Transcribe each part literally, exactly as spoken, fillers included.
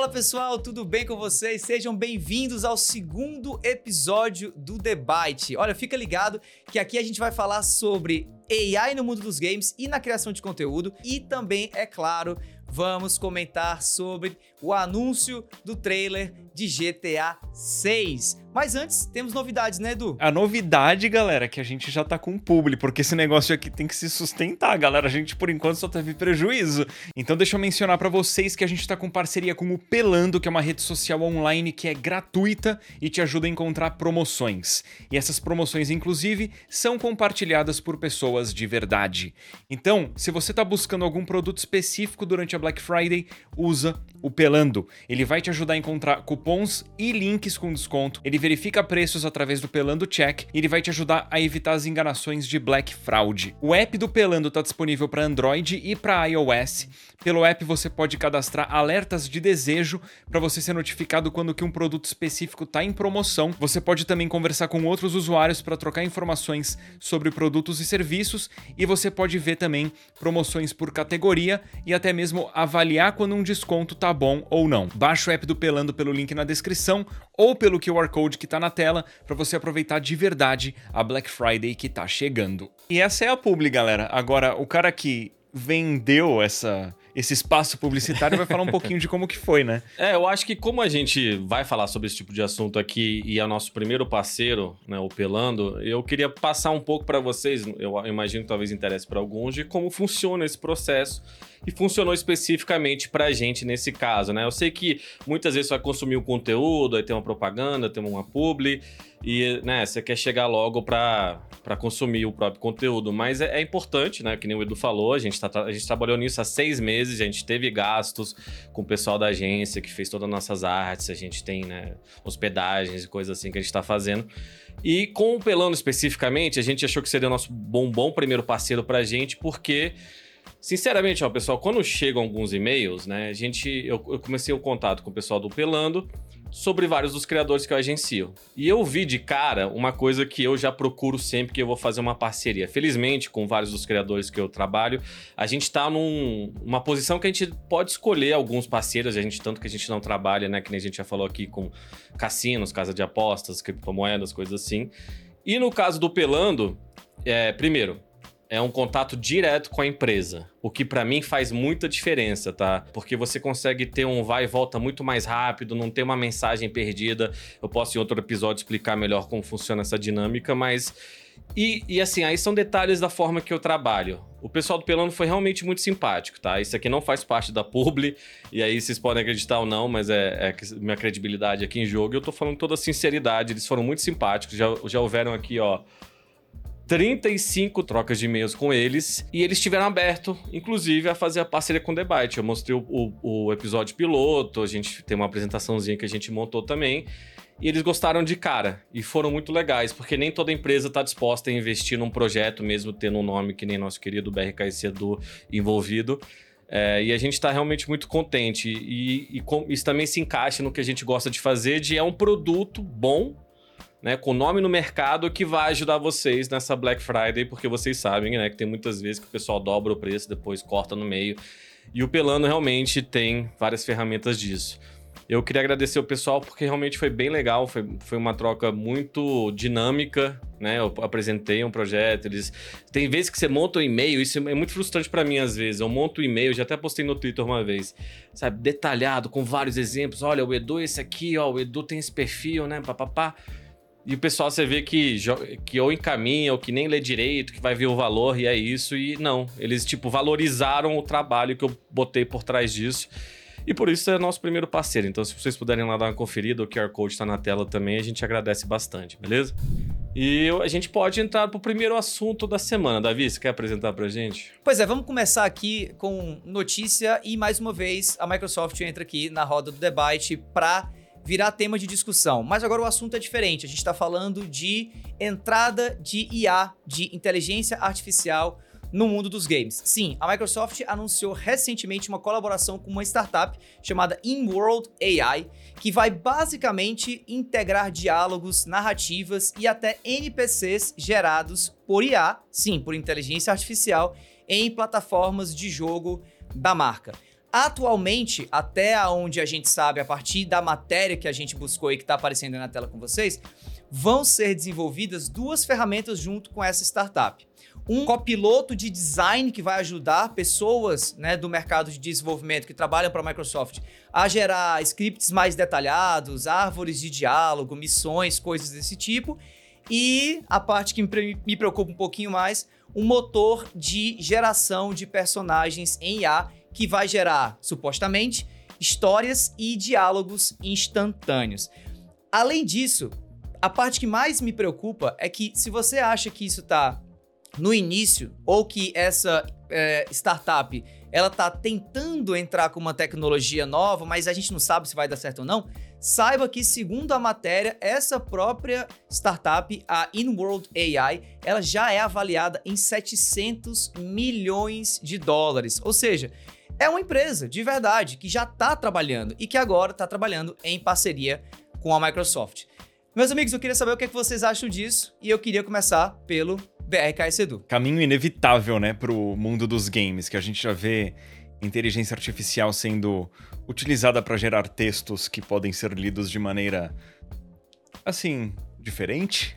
Fala pessoal, tudo bem com vocês? Sejam bem-vindos ao segundo episódio do The Byte. Olha, fica ligado que aqui a gente vai falar sobre A I no mundo dos games e na criação de conteúdo e também, é claro, vamos comentar sobre o anúncio do trailer de G T A seis. Mas antes, temos novidades, né, Edu? A novidade, galera, é que a gente já tá com publi, porque esse negócio aqui tem que se sustentar, galera. A gente, por enquanto, só teve prejuízo. Então deixa eu mencionar pra vocês que a gente tá com parceria com o Pelando, que é uma rede social online que é gratuita e te ajuda a encontrar promoções. E essas promoções, inclusive, são compartilhadas por pessoas de verdade. Então, se você tá buscando algum produto específico durante a Black Friday, usa o Pelando. Ele vai te ajudar a encontrar cupons e links com desconto. Ele verifica preços através do Pelando Check e ele vai te ajudar a evitar as enganações de Black Fraud. O app do Pelando está disponível para Android e para iOS. Pelo app você pode cadastrar alertas de desejo para você ser notificado quando que um produto específico está em promoção. Você pode também conversar com outros usuários para trocar informações sobre produtos e serviços e você pode ver também promoções por categoria e até mesmo avaliar quando um desconto tá bom ou não. Baixa o app do Pelando pelo link na descrição ou pelo Q R Code que tá na tela para você aproveitar de verdade a Black Friday que tá chegando. E essa é a publi, galera. Agora, o cara que vendeu essa, esse espaço publicitário vai falar um pouquinho de como que foi, né? É, eu acho que como a gente vai falar sobre esse tipo de assunto aqui e é o nosso primeiro parceiro, né, o Pelando, eu queria passar um pouco para vocês, eu imagino que talvez interesse para alguns, de como funciona esse processo e funcionou especificamente pra gente nesse caso, né? Eu sei que muitas vezes você vai consumir um conteúdo, aí tem uma propaganda, tem uma publi, e né, você quer chegar logo pra, pra consumir o próprio conteúdo, mas é, é importante, né? Que nem o Edu falou, a gente, tá, a gente trabalhou nisso há seis meses, a gente teve gastos com o pessoal da agência que fez todas as nossas artes, a gente tem, né, hospedagens e coisas assim que a gente tá fazendo. E com o Pelando especificamente, a gente achou que seria o nosso bom, bom primeiro parceiro pra gente, porque sinceramente, ó, pessoal, quando chegam alguns e-mails, né, a gente, eu, eu comecei o contato com o pessoal do Pelando sobre vários dos criadores que eu agencio. E eu vi de cara uma coisa que eu já procuro sempre que eu vou fazer uma parceria. Felizmente, com vários dos criadores que eu trabalho, a gente tá num, numa posição que a gente pode escolher alguns parceiros, a gente, tanto que a gente não trabalha, né, que nem a gente já falou aqui, com cassinos, casa de apostas, criptomoedas, coisas assim. E no caso do Pelando, é, primeiro, é um contato direto com a empresa, o que pra mim faz muita diferença, tá? Porque você consegue ter um vai e volta muito mais rápido, não ter uma mensagem perdida. Eu posso em outro episódio explicar melhor como funciona essa dinâmica, mas... E, e assim, aí são detalhes da forma que eu trabalho. O pessoal do Pelando foi realmente muito simpático, tá? Isso aqui não faz parte da publi, e aí vocês podem acreditar ou não, mas é, é minha credibilidade aqui em jogo. Eu tô falando com toda a sinceridade, eles foram muito simpáticos, já, já houveram aqui, ó, trinta e cinco trocas de e-mails com eles, e eles estiveram abertos, inclusive, a fazer a parceria com o The Byte. Eu mostrei o, o, o episódio piloto, a gente tem uma apresentaçãozinha que a gente montou também, e eles gostaram de cara, e foram muito legais, porque nem toda empresa está disposta a investir num projeto, mesmo tendo um nome que nem nosso querido B R K S Edu envolvido. É, e a gente está realmente muito contente, e, e com, isso também se encaixa no que a gente gosta de fazer, de é um produto bom, né, com nome no mercado que vai ajudar vocês nessa Black Friday, porque vocês sabem, né, que tem muitas vezes que o pessoal dobra o preço, depois corta no meio, e o Pelando realmente tem várias ferramentas disso. Eu queria agradecer o pessoal porque realmente foi bem legal, foi, foi uma troca muito dinâmica, né, eu apresentei um projeto, eles... Tem vezes que você monta um e-mail, isso é muito frustrante pra mim às vezes, eu monto um e-mail, já até postei no Twitter uma vez, sabe, detalhado, com vários exemplos, olha, o Edu esse aqui, ó, o Edu tem esse perfil, né, papapá. E o pessoal, você vê que, que ou encaminha, ou que nem lê direito, que vai ver o valor, e é isso. E não, eles, tipo, valorizaram o trabalho que eu botei por trás disso. E por isso é nosso primeiro parceiro. Então, se vocês puderem lá dar uma conferida, o Q R Code tá na tela também, a gente agradece bastante, beleza? E a gente pode entrar pro primeiro assunto da semana. Davi, você quer apresentar pra gente? Pois é, vamos começar aqui com notícia e, mais uma vez, a Microsoft entra aqui na roda do The Byte pra virar tema de discussão. Mas agora o assunto é diferente. A gente está falando de entrada de I A, de inteligência artificial, no mundo dos games. Sim, a Microsoft anunciou recentemente uma colaboração com uma startup chamada InWorld A I, que vai basicamente integrar diálogos, narrativas e até N P Cs gerados por I A, sim, por inteligência artificial, em plataformas de jogo da marca. Atualmente, até onde a gente sabe, a partir da matéria que a gente buscou e que está aparecendo aí na tela com vocês, vão ser desenvolvidas duas ferramentas junto com essa startup. Um copiloto de design que vai ajudar pessoas, né, do mercado de desenvolvimento que trabalham para a Microsoft a gerar scripts mais detalhados, árvores de diálogo, missões, coisas desse tipo. E a parte que me preocupa um pouquinho mais, um motor de geração de personagens em I A que vai gerar, supostamente, histórias e diálogos instantâneos. Além disso, a parte que mais me preocupa é que se você acha que isso está no início, ou que essa é, startup ela está tentando entrar com uma tecnologia nova, mas a gente não sabe se vai dar certo ou não, saiba que, segundo a matéria, essa própria startup, a InWorld A I, ela já é avaliada em setecentos milhões de dólares. Ou seja, é uma empresa de verdade que já está trabalhando e que agora está trabalhando em parceria com a Microsoft. Meus amigos, eu queria saber o que, é que vocês acham disso e eu queria começar pelo B R K S Edu. Caminho inevitável, né, pro mundo dos games, que a gente já vê inteligência artificial sendo utilizada para gerar textos que podem ser lidos de maneira, assim, diferente.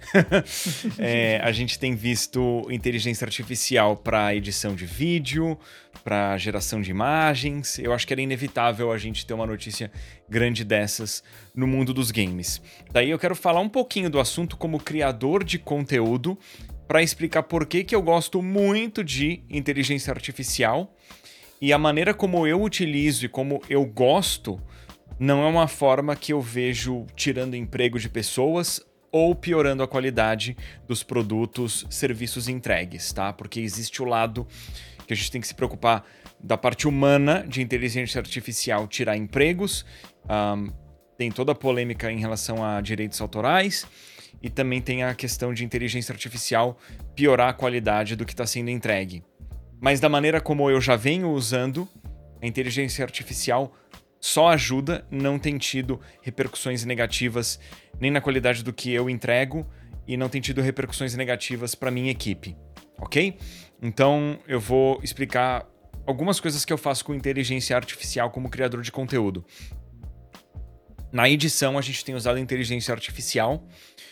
é, a gente tem visto inteligência artificial para edição de vídeo, para geração de imagens. Eu acho que era inevitável a gente ter uma notícia grande dessas no mundo dos games. Daí eu quero falar um pouquinho do assunto como criador de conteúdo, para explicar por que que eu gosto muito de inteligência artificial e a maneira como eu utilizo e como eu gosto não é uma forma que eu vejo tirando emprego de pessoas ou piorando a qualidade dos produtos, serviços entregues, tá? Porque existe o lado que a gente tem que se preocupar da parte humana de inteligência artificial tirar empregos, um, tem toda a polêmica em relação a direitos autorais, e também tem a questão de inteligência artificial piorar a qualidade do que está sendo entregue. Mas da maneira como eu já venho usando, a inteligência artificial só ajuda, não tem tido repercussões negativas nem na qualidade do que eu entrego e não tem tido repercussões negativas para minha equipe, ok? Então eu vou explicar algumas coisas que eu faço com inteligência artificial como criador de conteúdo. Na edição a gente tem usado inteligência artificial.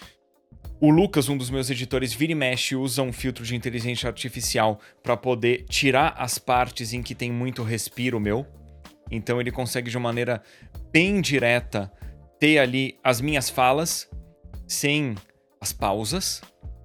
O Lucas, um dos meus editores, vira e mexe, usa um filtro de inteligência artificial para poder tirar as partes em que tem muito respiro meu. Então ele consegue de uma maneira bem direta ter ali as minhas falas sem as pausas.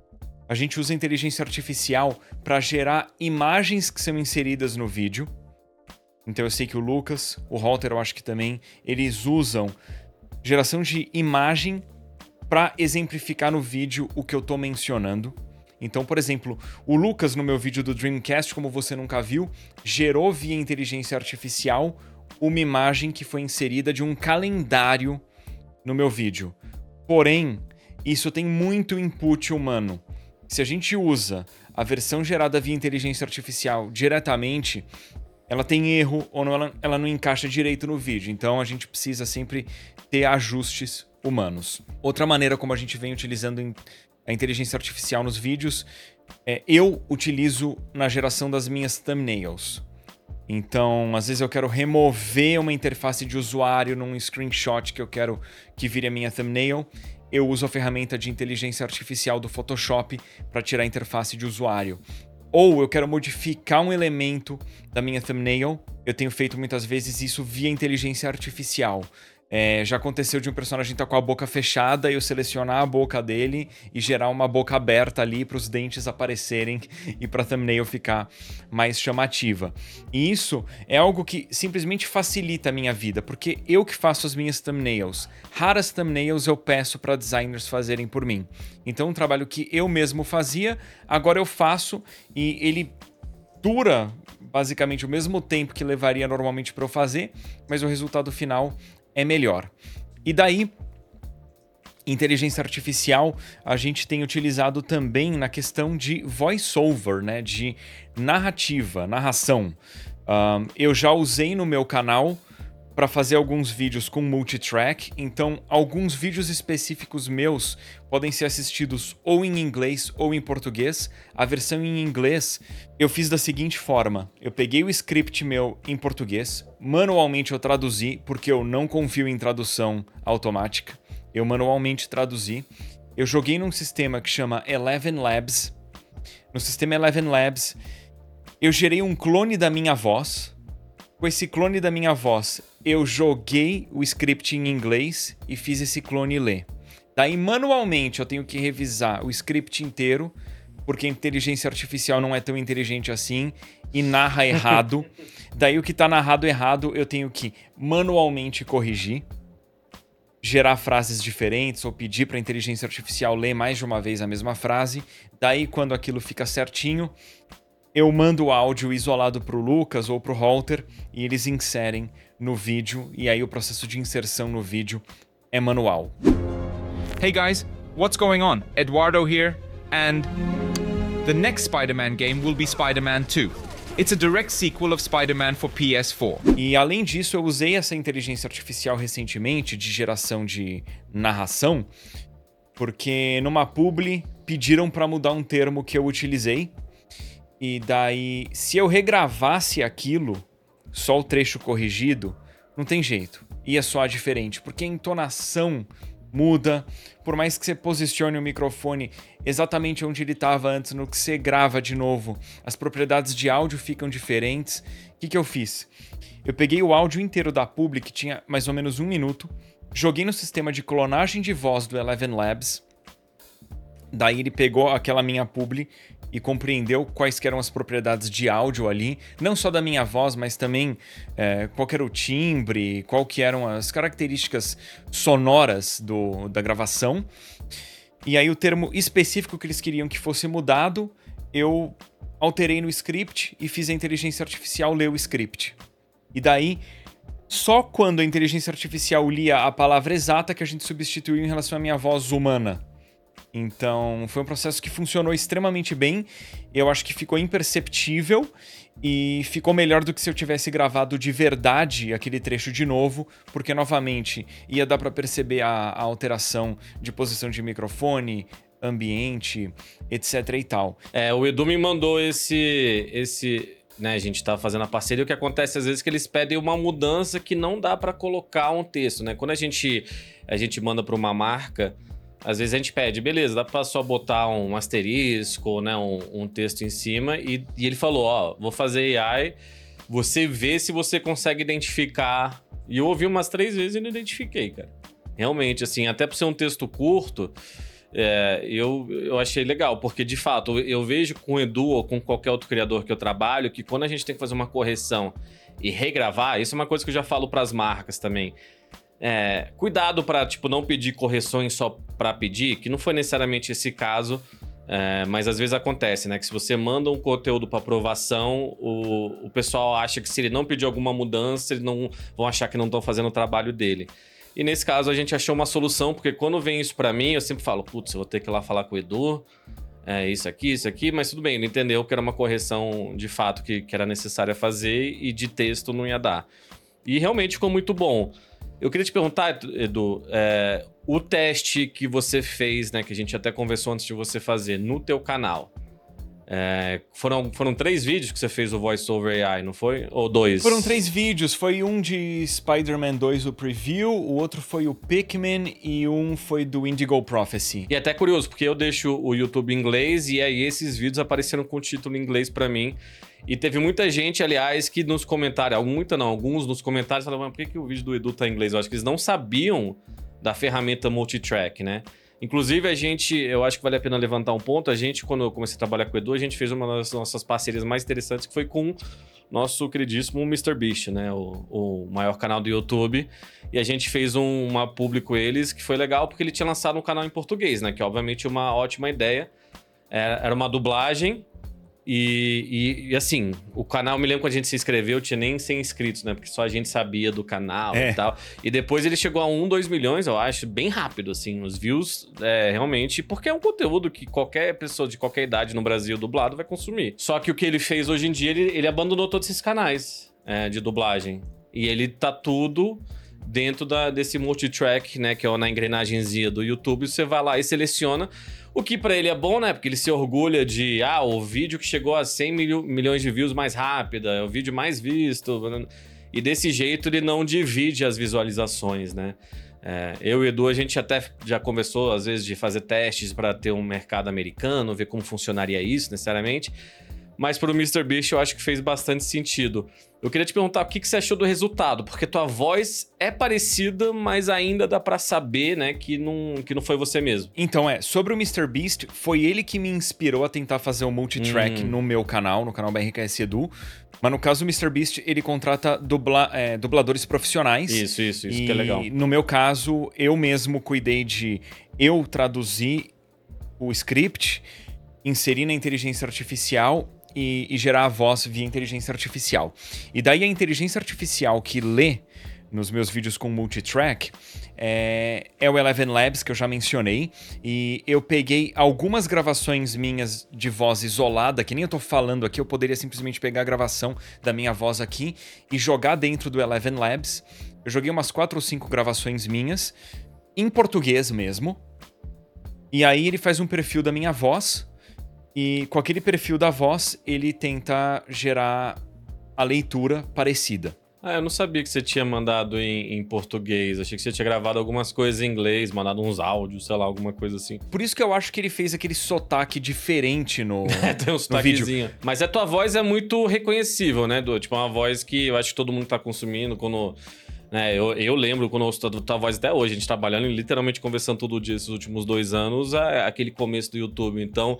A gente usa inteligência artificial para gerar imagens que são inseridas no vídeo. Então eu sei que o Lucas, o Halter, eu acho que também, eles usam geração de imagem para exemplificar no vídeo o que eu tô mencionando. Então, por exemplo, o Lucas no meu vídeo do Dreamcast, como você nunca viu, gerou via inteligência artificial uma imagem que foi inserida de um calendário no meu vídeo. Porém, isso tem muito input humano. Se a gente usa a versão gerada via inteligência artificial diretamente, ela tem erro ou não, ela, ela não encaixa direito no vídeo. Então, a gente precisa sempre ter ajustes humanos. Outra maneira como a gente vem utilizando a inteligência artificial nos vídeos é eu utilizo na geração das minhas thumbnails. Então, às vezes eu quero remover uma interface de usuário num screenshot que eu quero que vire a minha thumbnail. Eu uso a ferramenta de inteligência artificial do Photoshop para tirar a interface de usuário. Ou eu quero modificar um elemento da minha thumbnail. Eu tenho feito muitas vezes isso via inteligência artificial. É, já aconteceu de um personagem estar com a boca fechada e eu selecionar a boca dele e gerar uma boca aberta ali para os dentes aparecerem e para a thumbnail ficar mais chamativa. E isso é algo que simplesmente facilita a minha vida, porque eu que faço as minhas thumbnails. Raras thumbnails eu peço para designers fazerem por mim. Então um trabalho que eu mesmo fazia, agora eu faço e ele dura basicamente o mesmo tempo que levaria normalmente para eu fazer, mas o resultado final é melhor. E daí, inteligência artificial a gente tem utilizado também na questão de voice-over, né? De narrativa, narração. Um, eu já usei no meu canal para fazer alguns vídeos com multitrack, então alguns vídeos específicos meus podem ser assistidos ou em inglês ou em português. A versão em inglês eu fiz da seguinte forma: eu peguei o script meu em português, manualmente eu traduzi, porque eu não confio em tradução automática, eu manualmente traduzi, eu joguei num sistema que chama Eleven Labs. No sistema Eleven Labs eu gerei um clone da minha voz. Com esse clone da minha voz, eu joguei o script em inglês e fiz esse clone ler. Daí, manualmente, eu tenho que revisar o script inteiro, porque a inteligência artificial não é tão inteligente assim e narra errado. Daí, o que tá narrado errado, eu tenho que manualmente corrigir, gerar frases diferentes ou pedir para a inteligência artificial ler mais de uma vez a mesma frase. Daí, quando aquilo fica certinho, eu mando o áudio isolado pro Lucas ou pro Holter e eles inserem no vídeo, e aí o processo de inserção no vídeo é manual. Hey guys, what's going on? Eduardo here, and the next Spider-Man game will be Spider-Man two. It's a direct sequel of Spider-Man for P S four. E além disso, eu usei essa inteligência artificial recentemente de geração de narração, porque numa publi pediram para mudar um termo que eu utilizei. E daí, se eu regravasse aquilo, só o trecho corrigido, não tem jeito. Ia soar diferente, porque a entonação muda. Por mais que você posicione o microfone exatamente onde ele estava antes, no que você grava de novo, as propriedades de áudio ficam diferentes. O que, que eu fiz? Eu peguei o áudio inteiro da publi, que tinha mais ou menos um minuto, joguei no sistema de clonagem de voz do Eleven Labs. Daí ele pegou aquela minha publi e compreendeu quais que eram as propriedades de áudio ali, não só da minha voz, mas também é, qual que era o timbre, qual que eram as características sonoras do, da gravação. E aí o termo específico que eles queriam que fosse mudado, eu alterei no script e fiz a inteligência artificial ler o script. E daí, só quando a inteligência artificial lia a palavra exata que a gente substituiu em relação à minha voz humana. Então, foi um processo que funcionou extremamente bem. Eu acho que ficou imperceptível e ficou melhor do que se eu tivesse gravado de verdade aquele trecho de novo, porque, novamente, ia dar para perceber a, a alteração de posição de microfone, ambiente, etc e tal. É, o Edu me mandou esse... esse... Né, a gente tá fazendo a parceria, o que acontece às vezes é que eles pedem uma mudança que não dá para colocar um texto, né? Quando a gente, a gente manda para uma marca... Às vezes a gente pede, beleza, dá pra só botar um asterisco, né, um, um texto em cima, e, e ele falou, ó, vou fazer A I, você vê se você consegue identificar. E eu ouvi umas três vezes e não identifiquei, cara. Realmente, assim, até por ser um texto curto, é, eu, eu achei legal, porque de fato, eu vejo com o Edu ou com qualquer outro criador que eu trabalho, que quando a gente tem que fazer uma correção e regravar, isso é uma coisa que eu já falo pras marcas também. É, cuidado para tipo, não pedir correções só para pedir, que não foi necessariamente esse caso, é, mas às vezes acontece, né? Que se você manda um conteúdo para aprovação, o, o pessoal acha que se ele não pedir alguma mudança, eles não vão achar que não estão fazendo o trabalho dele. E nesse caso a gente achou uma solução, porque quando vem isso para mim, eu sempre falo, putz, eu vou ter que ir lá falar com o Edu, é, isso aqui, isso aqui, mas tudo bem, ele entendeu que era uma correção de fato que, que era necessária fazer e de texto não ia dar. E realmente ficou muito bom. Eu queria te perguntar, Edu, é, o teste que você fez, né, que a gente até conversou antes de você fazer, no teu canal, é, foram, foram três vídeos que você fez o Voice Over A I, não foi? Ou dois? Foram três vídeos, foi um de Spider-Man dois, o preview, o outro foi o Pikmin e um foi do Indigo Prophecy. E é até curioso, porque eu deixo o YouTube em inglês e aí esses vídeos apareceram com o título em inglês pra mim. E teve muita gente, aliás, que nos comentários, muita não, alguns nos comentários falavam, por que, que o vídeo do Edu tá em inglês? Eu acho que eles não sabiam da ferramenta multitrack, né? Inclusive, a gente, eu acho que vale a pena levantar um ponto, a gente, quando eu comecei a trabalhar com o Edu, a gente fez uma das nossas parcerias mais interessantes, que foi com nosso queridíssimo mister Beast, né? O, o maior canal do YouTube. E a gente fez um, uma publi com eles, que foi legal, porque ele tinha lançado um canal em português, né? Que, obviamente, é uma ótima ideia. Era, era uma dublagem. E, e, e assim, o canal, me lembro quando a gente se inscreveu, tinha nem cem inscritos, né? Porque só a gente sabia do canal é. e tal. E depois ele chegou a um, dois milhões, eu acho, bem rápido, assim. Os views, é, realmente, porque é um conteúdo que qualquer pessoa de qualquer idade no Brasil dublado vai consumir. Só que o que ele fez hoje em dia, ele, ele abandonou todos esses canais é, de dublagem. E ele tá tudo dentro da, desse multitrack, né? Que é na engrenagemzinha do YouTube. Você vai lá e seleciona. O que pra ele é bom, né? Porque ele se orgulha de... Ah, o vídeo que chegou a cem milho, milhões de views mais rápida. É o vídeo mais visto. E desse jeito ele não divide as visualizações, né? É, eu e o Edu, a gente até já conversou, às vezes, de fazer testes para ter um mercado americano, ver como funcionaria isso, necessariamente. Mas pro MrBeast eu acho que fez bastante sentido. Eu queria te perguntar o que, que você achou do resultado, porque tua voz é parecida, mas ainda dá pra saber, né, que não, que não foi você mesmo. Então é, sobre o MrBeast, foi ele que me inspirou a tentar fazer o multitrack Hum. no meu canal, no canal B R K S Edu. Mas no caso do MrBeast, ele contrata dubla, é, dubladores profissionais. Isso, isso, isso e que é legal. No meu caso, eu mesmo cuidei de eu traduzir o script, inserir na inteligência artificial e, e gerar a voz via inteligência artificial. E daí a inteligência artificial que lê nos meus vídeos com multitrack é, é o Eleven Labs, que eu já mencionei, e eu peguei algumas gravações minhas de voz isolada, que nem eu tô falando aqui, eu poderia simplesmente pegar a gravação da minha voz aqui e jogar dentro do Eleven Labs. Eu joguei umas quatro ou cinco gravações minhas, em português mesmo, e aí ele faz um perfil da minha voz, e com aquele perfil da voz, ele tenta gerar a leitura parecida. Ah, eu não sabia que você tinha mandado em, em português. Achei que você tinha gravado algumas coisas em inglês, mandado uns áudios, sei lá, alguma coisa assim. Por isso que eu acho que ele fez aquele sotaque diferente no, Tem um no vídeo. sotaquezinho. Mas a tua voz é muito reconhecível, né, Du? Tipo, é uma voz que eu acho que todo mundo tá consumindo quando... Né, eu, eu lembro quando eu ouço tua voz até hoje, a gente trabalhando e literalmente conversando todo dia esses últimos dois anos, é aquele começo do YouTube. Então,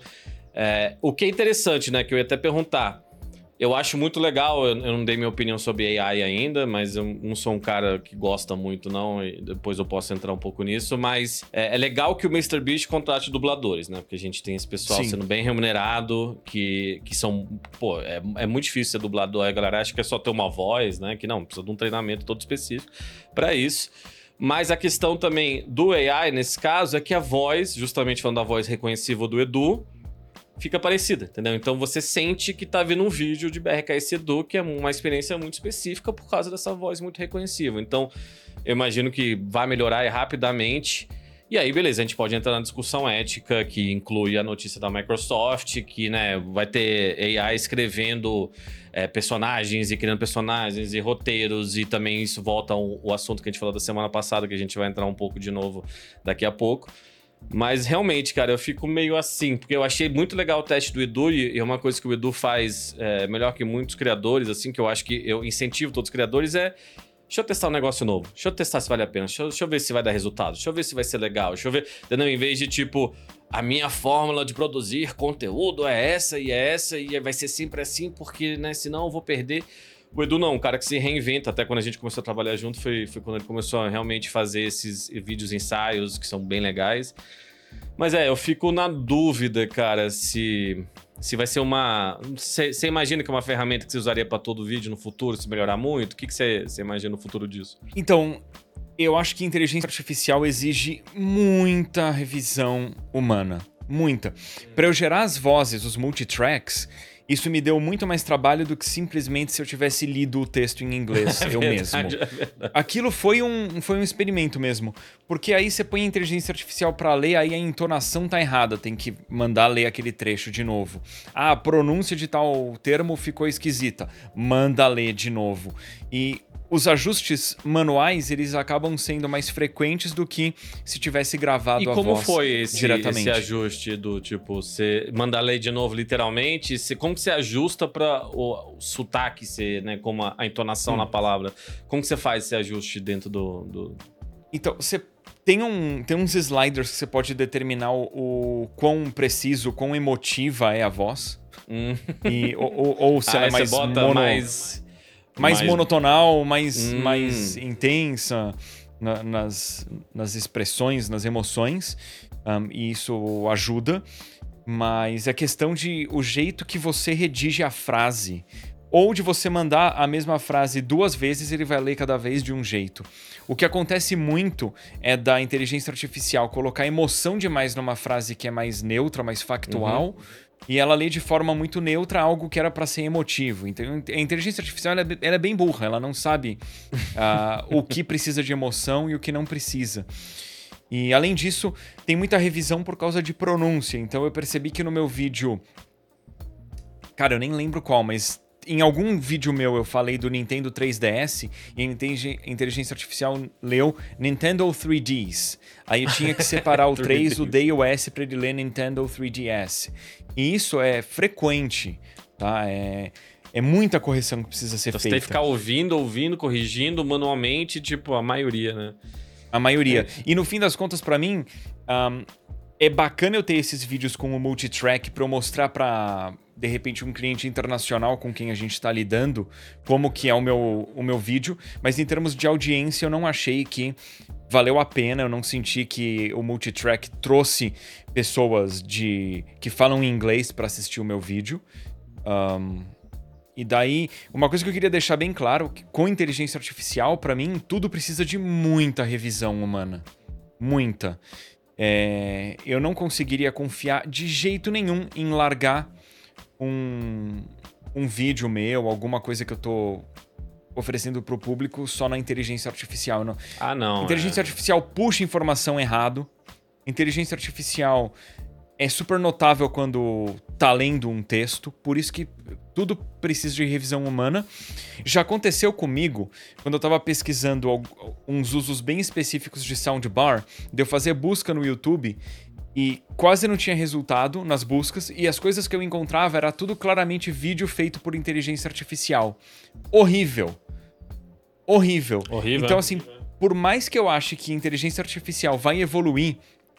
é, o que é interessante, né, que eu ia até perguntar... Eu acho muito legal, eu, eu não dei minha opinião sobre A I ainda, mas eu não sou um cara que gosta muito, não, e depois eu posso entrar um pouco nisso, mas é, é legal que o MrBeast contrate dubladores, né? Porque a gente tem esse pessoal Sim. sendo bem remunerado, que, que são... Pô, é, é muito difícil ser dublador, a galera acha que é só ter uma voz, né? Que não, precisa de um treinamento todo específico para isso. Mas a questão também do A I, nesse caso, é que a voz, justamente falando da voz reconhecível do Edu, fica parecida, entendeu? Então você sente que tá vendo um vídeo de B R K S Edu, que é uma experiência muito específica por causa dessa voz muito reconhecível. Então, eu imagino que vai melhorar rapidamente. E aí, beleza, a gente pode entrar na discussão ética, que inclui a notícia da Microsoft, que, né, vai ter A I escrevendo é, personagens e criando personagens e roteiros, e também isso volta ao, ao assunto que a gente falou da semana passada, que a gente vai entrar um pouco de novo daqui a pouco. Mas realmente, cara, eu fico meio assim, porque eu achei muito legal o teste do Edu, e é uma coisa que o Edu faz é, melhor que muitos criadores, assim, que eu acho que eu incentivo todos os criadores, é deixa eu testar um negócio novo, deixa eu testar se vale a pena, deixa eu, deixa eu ver se vai dar resultado, deixa eu ver se vai ser legal, deixa eu ver, entendeu? Em vez de tipo, a minha fórmula de produzir conteúdo é essa e é essa, e vai ser sempre assim, porque, né, senão eu vou perder. O Edu não, um cara que se reinventa, até quando a gente começou a trabalhar junto, foi, foi quando ele começou a realmente fazer esses vídeos ensaios, que são bem legais. Mas é, eu fico na dúvida, cara, se, se vai ser uma... Você imagina que é uma ferramenta que você usaria para todo vídeo no futuro, se melhorar muito? O que você imagina no futuro disso? Então, eu acho que inteligência artificial exige muita revisão humana. Muita. Para eu gerar as vozes, os multitracks... Isso me deu muito mais trabalho do que simplesmente se eu tivesse lido o texto em inglês, é eu verdade, mesmo. É verdade. Aquilo foi um, foi um experimento mesmo. Porque aí você põe a inteligência artificial pra ler, aí a entonação tá errada, tem que mandar ler aquele trecho de novo. Ah, a pronúncia de tal termo ficou esquisita, manda ler de novo. E os ajustes manuais, eles acabam sendo mais frequentes do que se tivesse gravado a voz diretamente. E como foi esse, diretamente. esse ajuste do tipo, você mandar ler de novo literalmente? Você, como que você ajusta para o, o sotaque ser, né, como a, a entonação hum. na palavra? Como que você faz esse ajuste dentro do... do... Então, você tem, um, tem uns sliders que você pode determinar o, o quão preciso, quão emotiva é a voz. Hum. E, ou, ou, ou se ah, ela é mais você bota mono... mais... Mais, mais monotonal, mais, hum. mais intensa na, nas, nas expressões, nas emoções, um, e isso ajuda. Mas é questão de o jeito que você redige a frase. Ou de você mandar a mesma frase duas vezes, ele vai ler cada vez de um jeito. O que acontece muito é da inteligência artificial colocar emoção demais numa frase que é mais neutra, mais factual, uhum. e ela lê de forma muito neutra algo que era para ser emotivo. Então, a inteligência artificial ela é, ela é bem burra, ela não sabe uh, o que precisa de emoção e o que não precisa. E, além disso, tem muita revisão por causa de pronúncia. Então, eu percebi que no meu vídeo... Cara, eu nem lembro qual, mas em algum vídeo meu eu falei do Nintendo três D S e a inteligência artificial leu Nintendo três D S. Aí eu tinha que separar o três, o D e o S para ele ler Nintendo três D S. E isso é frequente, tá? É, é muita correção que precisa ser então, feita. Você tem que ficar ouvindo, ouvindo, corrigindo manualmente, tipo, a maioria, né? A maioria. É. E no fim das contas, pra mim, um, é bacana eu ter esses vídeos com o multitrack pra eu mostrar pra, de repente, um cliente internacional com quem a gente tá lidando, como que é o meu, o meu vídeo. Mas em termos de audiência, eu não achei que valeu a pena, eu não senti que o multitrack trouxe pessoas de que falam inglês pra assistir o meu vídeo. Um, e daí, uma coisa que eu queria deixar bem claro, que com inteligência artificial, pra mim, tudo precisa de muita revisão humana. Muita. É, eu não conseguiria confiar de jeito nenhum em largar um, um vídeo meu, alguma coisa que eu tô oferecendo pro público só na inteligência artificial. Não. Ah, não. Inteligência é... artificial puxa informação errado. Inteligência artificial é super notável quando tá lendo um texto, por isso que tudo precisa de revisão humana. Já aconteceu comigo, quando eu tava pesquisando uns usos bem específicos de soundbar, de eu fazer busca no YouTube e quase não tinha resultado nas buscas, e as coisas que eu encontrava era tudo claramente vídeo feito por inteligência artificial. Horrível. Horrível. Horrível. Então, assim, por mais que eu ache que inteligência artificial vai evoluir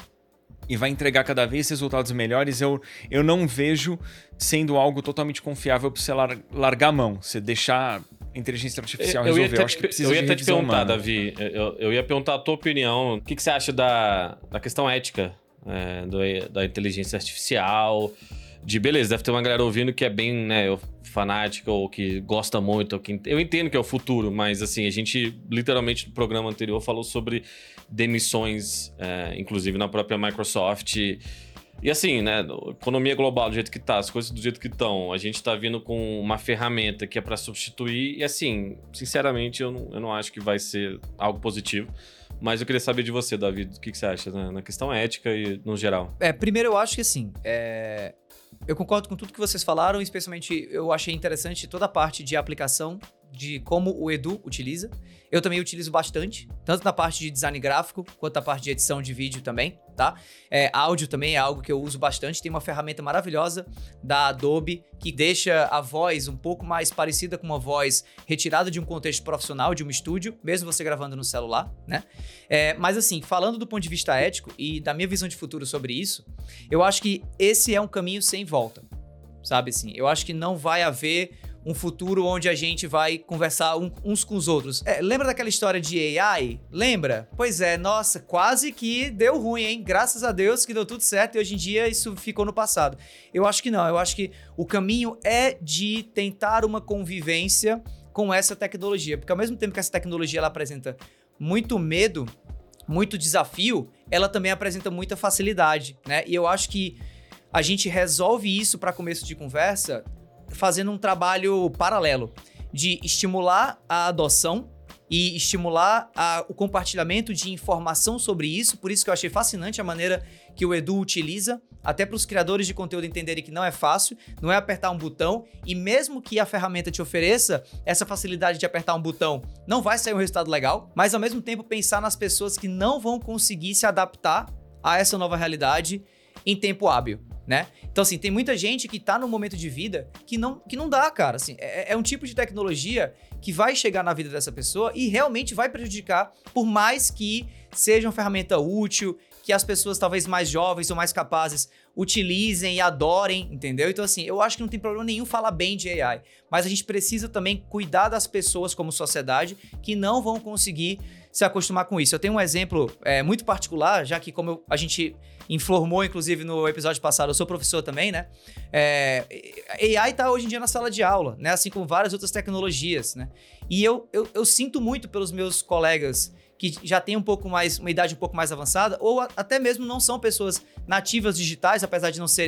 e vai entregar cada vez resultados melhores, eu, eu não vejo sendo algo totalmente confiável para você lar, largar a mão, você deixar a inteligência artificial eu, eu resolver. Te, eu acho que precisa eu ia de até te perguntar, humana. Davi, eu, eu ia perguntar a tua opinião. O que, que você acha da, da questão ética é, do, da inteligência artificial? De beleza, deve ter uma galera ouvindo que é bem, né, fanática ou que gosta muito. Ou que, eu entendo que é o futuro, mas assim, a gente literalmente no programa anterior falou sobre demissões, é, inclusive na própria Microsoft. E, e assim, né, economia global do jeito que tá, as coisas do jeito que estão, a gente tá vindo com uma ferramenta que é para substituir. E assim, sinceramente, eu não, eu não acho que vai ser algo positivo. Mas eu queria saber de você, Davi, o que, que você acha, né, na questão ética e no geral. É, primeiro eu acho que assim, é... eu concordo com tudo que vocês falaram, especialmente eu achei interessante toda a parte de aplicação, de como o Edu utiliza. Eu também utilizo bastante, tanto na parte de design gráfico, quanto na parte de edição de vídeo também, tá? É, áudio também é algo que eu uso bastante. Tem uma ferramenta maravilhosa da Adobe que deixa a voz um pouco mais parecida com uma voz retirada de um contexto profissional, de um estúdio, mesmo você gravando no celular, né? É, mas assim, falando do ponto de vista ético e da minha visão de futuro sobre isso, eu acho que esse é um caminho sem volta, sabe assim? Eu acho que não vai haver um futuro onde a gente vai conversar um, uns com os outros. É, lembra daquela história de A I? Lembra? Pois é, nossa, quase que deu ruim, hein? Graças a Deus que deu tudo certo e hoje em dia isso ficou no passado. Eu acho que não, eu acho que o caminho é de tentar uma convivência com essa tecnologia, porque ao mesmo tempo que essa tecnologia ela apresenta muito medo, muito desafio, ela também apresenta muita facilidade, né? E eu acho que a gente resolve isso para começo de conversa fazendo um trabalho paralelo de estimular a adoção e estimular a, o compartilhamento de informação sobre isso. Por isso que eu achei fascinante a maneira que o Edu utiliza, até para os criadores de conteúdo entenderem que não é fácil, não é apertar um botão, e mesmo que a ferramenta te ofereça essa facilidade de apertar um botão, não vai sair um resultado legal, mas ao mesmo tempo pensar nas pessoas que não vão conseguir se adaptar a essa nova realidade em tempo hábil, né? Então, assim, tem muita gente que tá num momento de vida que não, que não dá, cara. Assim, é, é um tipo de tecnologia que vai chegar na vida dessa pessoa e realmente vai prejudicar, por mais que seja uma ferramenta útil, que as pessoas talvez mais jovens ou mais capazes utilizem e adorem, entendeu? Então, assim, eu acho que não tem problema nenhum falar bem de A I, mas a gente precisa também cuidar das pessoas como sociedade que não vão conseguir se acostumar com isso. Eu tenho um exemplo é, muito particular, já que como eu, a gente informou, inclusive, no episódio passado, eu sou professor também, né? É, A I tá hoje em dia na sala de aula, né? Assim como várias outras tecnologias, né? E eu, eu, eu sinto muito pelos meus colegas que já têm um pouco mais, uma idade um pouco mais avançada, ou a, até mesmo não são pessoas nativas digitais, apesar de não serem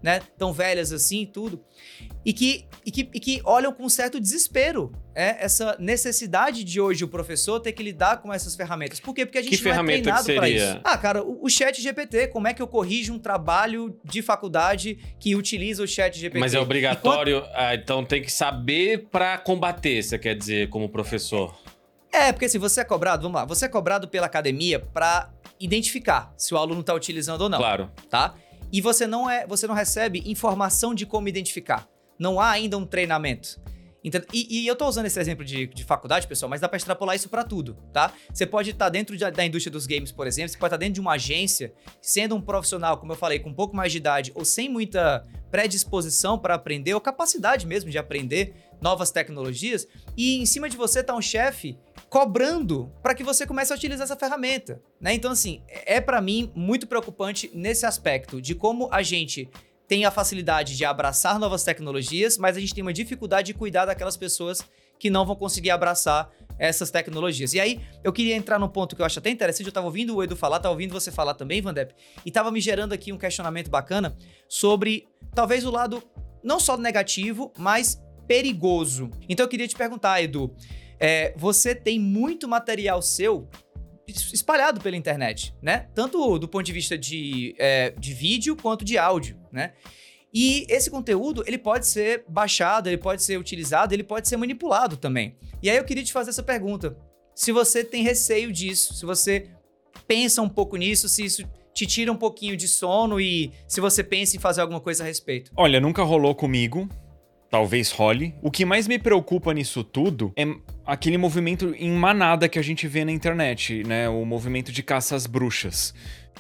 né? Tão velhas assim e tudo. E que, e, que, e que olham com um certo desespero, é, essa necessidade de hoje o professor ter que lidar com essas ferramentas. Por quê? Porque a gente Que não é ferramenta treinado que para seria? isso. Ah, cara, o, o chat G P T, como é que eu corrijo um trabalho de faculdade que utiliza o chat G P T? Mas é obrigatório, ah, então tem que saber pra combater, você quer dizer, como professor. É, porque se você é cobrado, vamos lá, você é cobrado pela academia pra identificar se o aluno tá utilizando ou não. Claro. Tá? E você não, é, você não recebe informação de como identificar. Não há ainda um treinamento. Então, e, e eu tô usando esse exemplo de, de faculdade, pessoal, mas dá pra extrapolar isso pra tudo, tá? Você pode estar dentro de, da indústria dos games, por exemplo, você pode estar dentro de uma agência, sendo um profissional, como eu falei, com um pouco mais de idade ou sem muita predisposição para aprender, ou capacidade mesmo de aprender novas tecnologias, e em cima de você tá um chefe cobrando para que você comece a utilizar essa ferramenta, né? Então, assim, é para mim muito preocupante nesse aspecto de como a gente tem a facilidade de abraçar novas tecnologias, mas a gente tem uma dificuldade de cuidar daquelas pessoas que não vão conseguir abraçar essas tecnologias. E aí, eu queria entrar num ponto que eu acho até interessante, eu tava ouvindo o Edu falar, tava ouvindo você falar também, Vandep, e tava me gerando aqui um questionamento bacana sobre, talvez, o lado não só negativo, mas perigoso. Então eu queria te perguntar, Edu, é, você tem muito material seu espalhado pela internet, né? Tanto do ponto de vista de, é, de vídeo quanto de áudio, né? E esse conteúdo, ele pode ser baixado, ele pode ser utilizado, ele pode ser manipulado também. E aí eu queria te fazer essa pergunta. Se você tem receio disso, se você pensa um pouco nisso, se isso te tira um pouquinho de sono e se você pensa em fazer alguma coisa a respeito. Olha, nunca rolou comigo. Talvez role. O que mais me preocupa nisso tudo é aquele movimento em manada que a gente vê na internet, né? O movimento de caça às bruxas.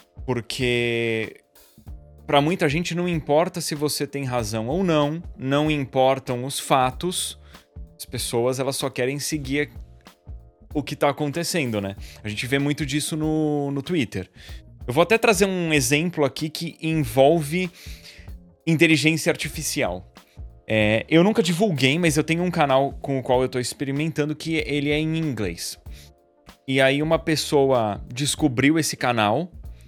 Porque pra muita gente não importa se você tem razão ou não, não importam os fatos. As pessoas, elas só querem seguir o que tá acontecendo, né? A gente vê muito disso no, no Twitter. Eu vou até trazer um exemplo aqui que envolve inteligência artificial. É, eu nunca divulguei, mas eu tenho um canal com o qual eu tô experimentando que ele é em inglês. E aí uma pessoa descobriu esse canal,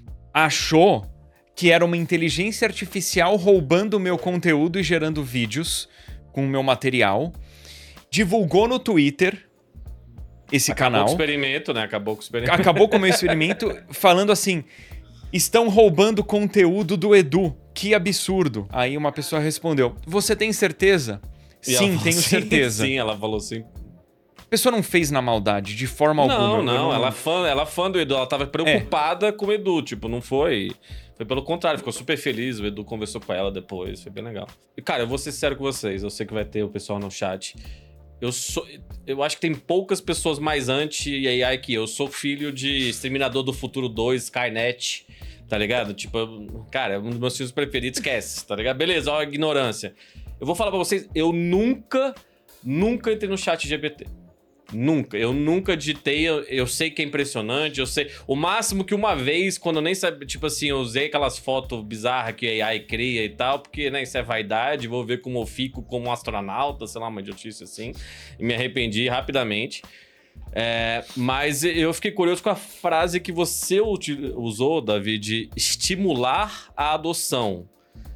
achou que era uma inteligência artificial roubando o meu conteúdo e gerando vídeos com o meu material, divulgou no Twitter esse Acabou canal. Com o experimento, né? Acabou com o experimento. Acabou com o meu experimento falando assim: estão roubando conteúdo do Edu. Que absurdo. Aí uma pessoa respondeu: você tem certeza? E Sim, falou, tenho sim, certeza. Sim, ela falou sim. A pessoa não fez na maldade, de forma alguma. Não, Eu não, ela é fã, ela é fã do Edu, ela tava preocupada é. com o Edu, tipo, não foi... Foi pelo contrário, ficou super feliz, o Edu conversou com ela depois, foi bem legal. E, cara, eu vou ser sério com vocês, eu sei que vai ter o pessoal no chat. Eu sou... Eu acho que tem poucas pessoas mais anti-A I que eu. Eu sou filho de Exterminador do Futuro dois, Skynet... Tá ligado? Tipo, cara, é um dos meus filmes preferidos, esquece, tá ligado? Beleza, ó a ignorância. Eu vou falar pra vocês, eu nunca, nunca entrei no chat G P T. Nunca. Eu nunca digitei, eu, eu sei que é impressionante, eu sei... O máximo que uma vez, quando eu nem sabia, tipo assim, eu usei aquelas fotos bizarras que a A I cria e tal, porque, né, isso é vaidade, vou ver como eu fico como um astronauta, sei lá, uma idiotice assim, e me arrependi rapidamente. É, mas eu fiquei curioso com a frase que você usou, Davi, de estimular a adoção.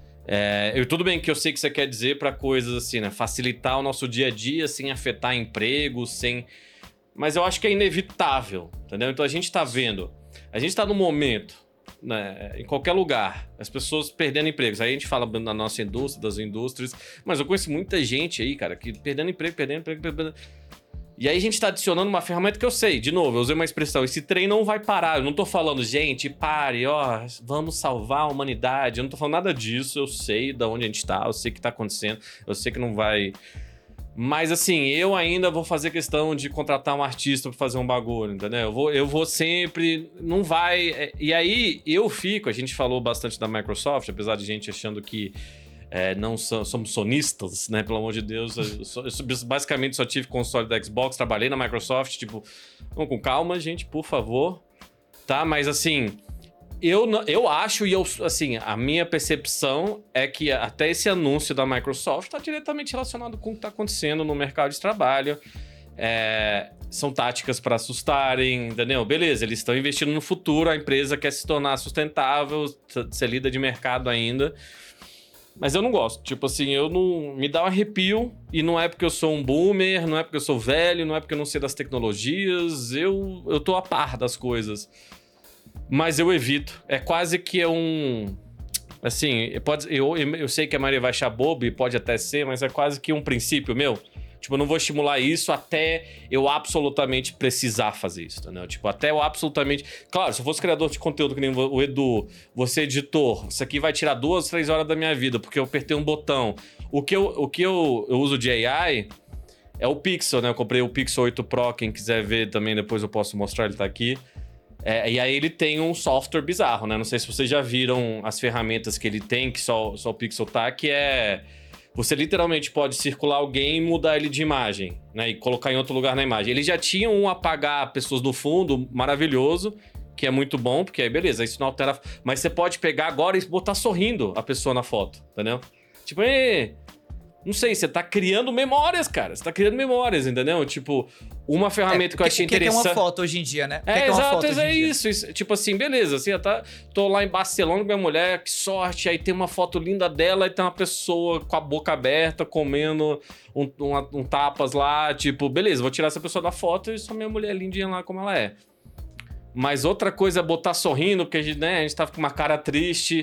É, eu, tudo bem que eu sei que você quer dizer para coisas assim, né? Facilitar o nosso dia a dia sem afetar emprego, sem... Mas eu acho que é inevitável, entendeu? Então a gente tá vendo, a gente tá num momento, né, em qualquer lugar, as pessoas perdendo empregos. Aí a gente fala da nossa indústria, das indústrias, mas eu conheço muita gente aí, cara, que perdendo emprego, perdendo emprego, perdendo... E aí a gente tá adicionando uma ferramenta que eu sei, de novo, eu usei uma expressão, esse trem não vai parar. Eu não tô falando, gente, pare, ó, vamos salvar a humanidade. Eu não tô falando nada disso, eu sei de onde a gente tá, eu sei o que tá acontecendo, eu sei que não vai... Mas assim, eu ainda vou fazer questão de contratar um artista pra fazer um bagulho, entendeu? Eu vou, eu vou sempre... Não vai... E aí eu fico, a gente falou bastante da Microsoft, apesar de gente achando que... É, não so, somos sonistas, né? Pelo amor de Deus. Eu, só, eu basicamente só tive console da Xbox, trabalhei na Microsoft, tipo... Vamos com calma, gente, por favor. Tá? Mas assim... Eu, eu acho e eu... Assim, a minha percepção é que até esse anúncio da Microsoft está diretamente relacionado com o que está acontecendo no mercado de trabalho. É, são táticas para assustarem, entendeu? Beleza, eles estão investindo no futuro, a empresa quer se tornar sustentável, ser líder de mercado ainda... Mas eu não gosto. Tipo assim, eu não... Me dá um arrepio. E não é porque eu sou um boomer, não é porque eu sou velho, não é porque eu não sei das tecnologias. Eu, eu tô a par das coisas. Mas eu evito. É quase que é um... Assim, pode, eu, eu sei que a Maria vai achar bobo e pode até ser, mas é quase que um princípio meu. Tipo, eu não vou estimular isso até eu absolutamente precisar fazer isso, entendeu? Tipo, até eu absolutamente... Claro, se eu fosse criador de conteúdo que nem o Edu, você editor, isso aqui vai tirar duas, três horas da minha vida, porque eu apertei um botão. O que eu, o que eu, eu uso de A I é o Pixel, né? Eu comprei o Pixel oito Pro, quem quiser ver também, depois eu posso mostrar, ele tá aqui. É, e aí ele tem um software bizarro, né? Não sei se vocês já viram as ferramentas que ele tem, que só, só o Pixel tá, que é... Você literalmente pode circular alguém e mudar ele de imagem, né? E colocar em outro lugar na imagem. Eles já tinham um apagar pessoas do fundo, maravilhoso, que é muito bom, porque aí beleza, isso não altera... Mas você pode pegar agora e botar sorrindo a pessoa na foto, entendeu? Tipo, e... Não sei, você tá criando memórias, cara. Você tá criando memórias, entendeu? Tipo, uma ferramenta é, que eu achei que, interessante... que é uma foto hoje em dia, né? É, que é exato, é é isso, isso. Tipo assim, beleza, assim, eu tá, tô lá em Barcelona com minha mulher, que sorte, aí tem uma foto linda dela e tem uma pessoa com a boca aberta, comendo um, um, um tapas lá, tipo, beleza, vou tirar essa pessoa da foto e só minha mulher lindinha lá como ela é. Mas outra coisa é botar sorrindo, porque a gente, né, a gente tava com uma cara triste...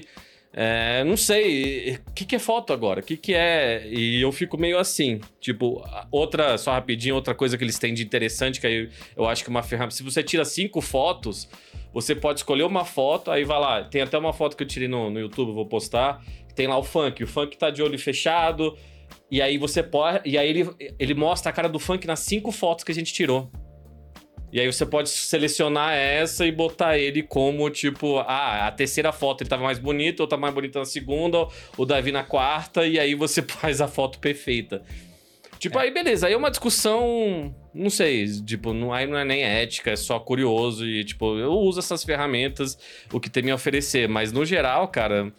É, não sei, o que, que é foto agora? O que, que é? E eu fico meio assim, tipo, outra, só rapidinho, outra coisa que eles têm de interessante, que aí eu acho que uma ferramenta, se você tira cinco fotos, você pode escolher uma foto, aí vai lá, tem até uma foto que eu tirei no, no YouTube, vou postar, tem lá o funk, o funk tá de olho fechado, e aí você pode, e aí ele, ele mostra a cara do funk nas cinco fotos que a gente tirou. E aí você pode selecionar essa e botar ele como, tipo, ah, a terceira foto ele tava mais bonito, ou tá mais bonito na segunda, o Davi na quarta, e aí você faz a foto perfeita. Tipo, é. Aí beleza, aí é uma discussão, não sei, tipo, não, aí não é nem ética, é só curioso e, tipo, eu uso essas ferramentas, o que tem me a oferecer, mas no geral, cara...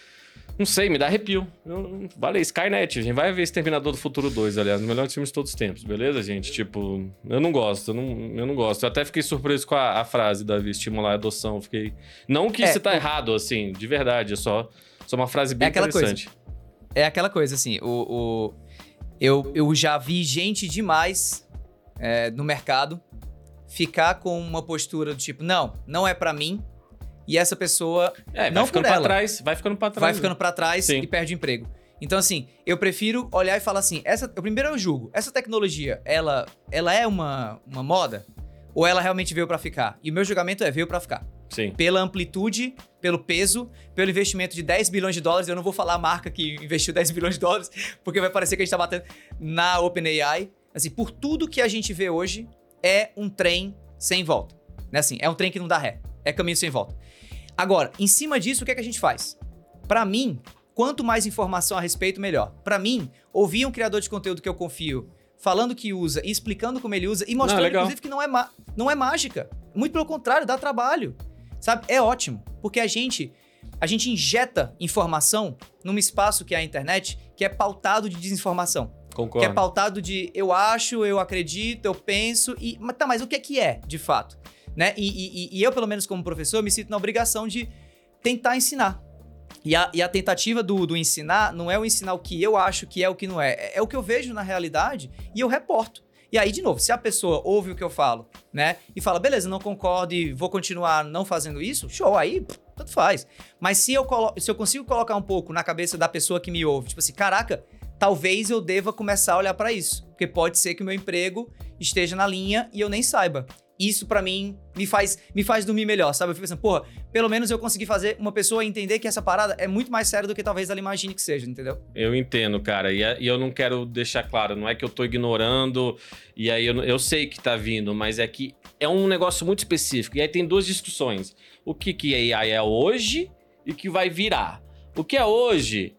Não sei, me dá arrepio. Eu, vale, Skynet, a gente vai ver Exterminador do Futuro dois, aliás, um dos melhores filmes de todos os tempos, beleza, gente? Tipo, eu não gosto, eu não, eu não gosto. Eu até fiquei surpreso com a, a frase, Davi, estimular a adoção. Eu fiquei... Não que é, você tá o... errado, assim, de verdade, é só, só uma frase bem é interessante. Coisa. É aquela coisa, assim, o, o... Eu, eu já vi gente demais é, no mercado ficar com uma postura do tipo, não, não é pra mim. E essa pessoa, é, não vai ficando por ela, pra trás, vai ficando pra trás. Vai ficando pra trás Sim. e perde o emprego. Então, assim, eu prefiro olhar e falar assim, essa, eu primeiro eu julgo, essa tecnologia, ela, ela é uma, uma moda? Ou ela realmente veio pra ficar? E o meu julgamento é, veio pra ficar. Sim. Pela amplitude, pelo peso, pelo investimento de dez bilhões de dólares. Eu não vou falar a marca que investiu dez bilhões de dólares, porque vai parecer que a gente tá batendo na OpenAI. Assim, por tudo que a gente vê hoje, é um trem sem volta. Né? Assim, é um trem que não dá ré. É caminho sem volta. Agora, em cima disso, o que é que a gente faz? Pra mim, quanto mais informação a respeito, melhor. Pra mim, ouvir um criador de conteúdo que eu confio, falando que usa e explicando como ele usa e mostrando, não, inclusive, que não é, não é mágica. Muito pelo contrário, dá trabalho. Sabe? É ótimo. Porque a gente, a gente injeta informação num espaço que é a internet, que é pautado de desinformação. Concordo. Que é pautado de eu acho, eu acredito, eu penso e... Mas, tá, mas o que é que é, de fato? Né? E, e, e eu, pelo menos como professor, me sinto na obrigação de tentar ensinar. E a, e a tentativa do, do ensinar não é o ensinar o que eu acho que é o que não é. É, é o que eu vejo na realidade e eu reporto. E aí, de novo, se a pessoa ouve o que eu falo, né? E fala, beleza, não concordo e vou continuar não fazendo isso, show, aí pff, tanto faz. Mas se eu, colo- se eu consigo colocar um pouco na cabeça da pessoa que me ouve, tipo assim, caraca, talvez eu deva começar a olhar pra isso. Porque pode ser que o meu emprego esteja na linha e eu nem saiba. Isso, pra mim, me faz, me faz dormir melhor, sabe? Eu fico pensando, porra, pelo menos eu consegui fazer uma pessoa entender que essa parada é muito mais séria do que talvez ela imagine que seja, entendeu? Eu entendo, cara. E, e eu não quero deixar claro, não é que eu tô ignorando, e aí eu, eu sei que tá vindo, mas é que é um negócio muito específico. E aí tem duas discussões. O que, que A I é hoje e o que vai virar. O que é hoje...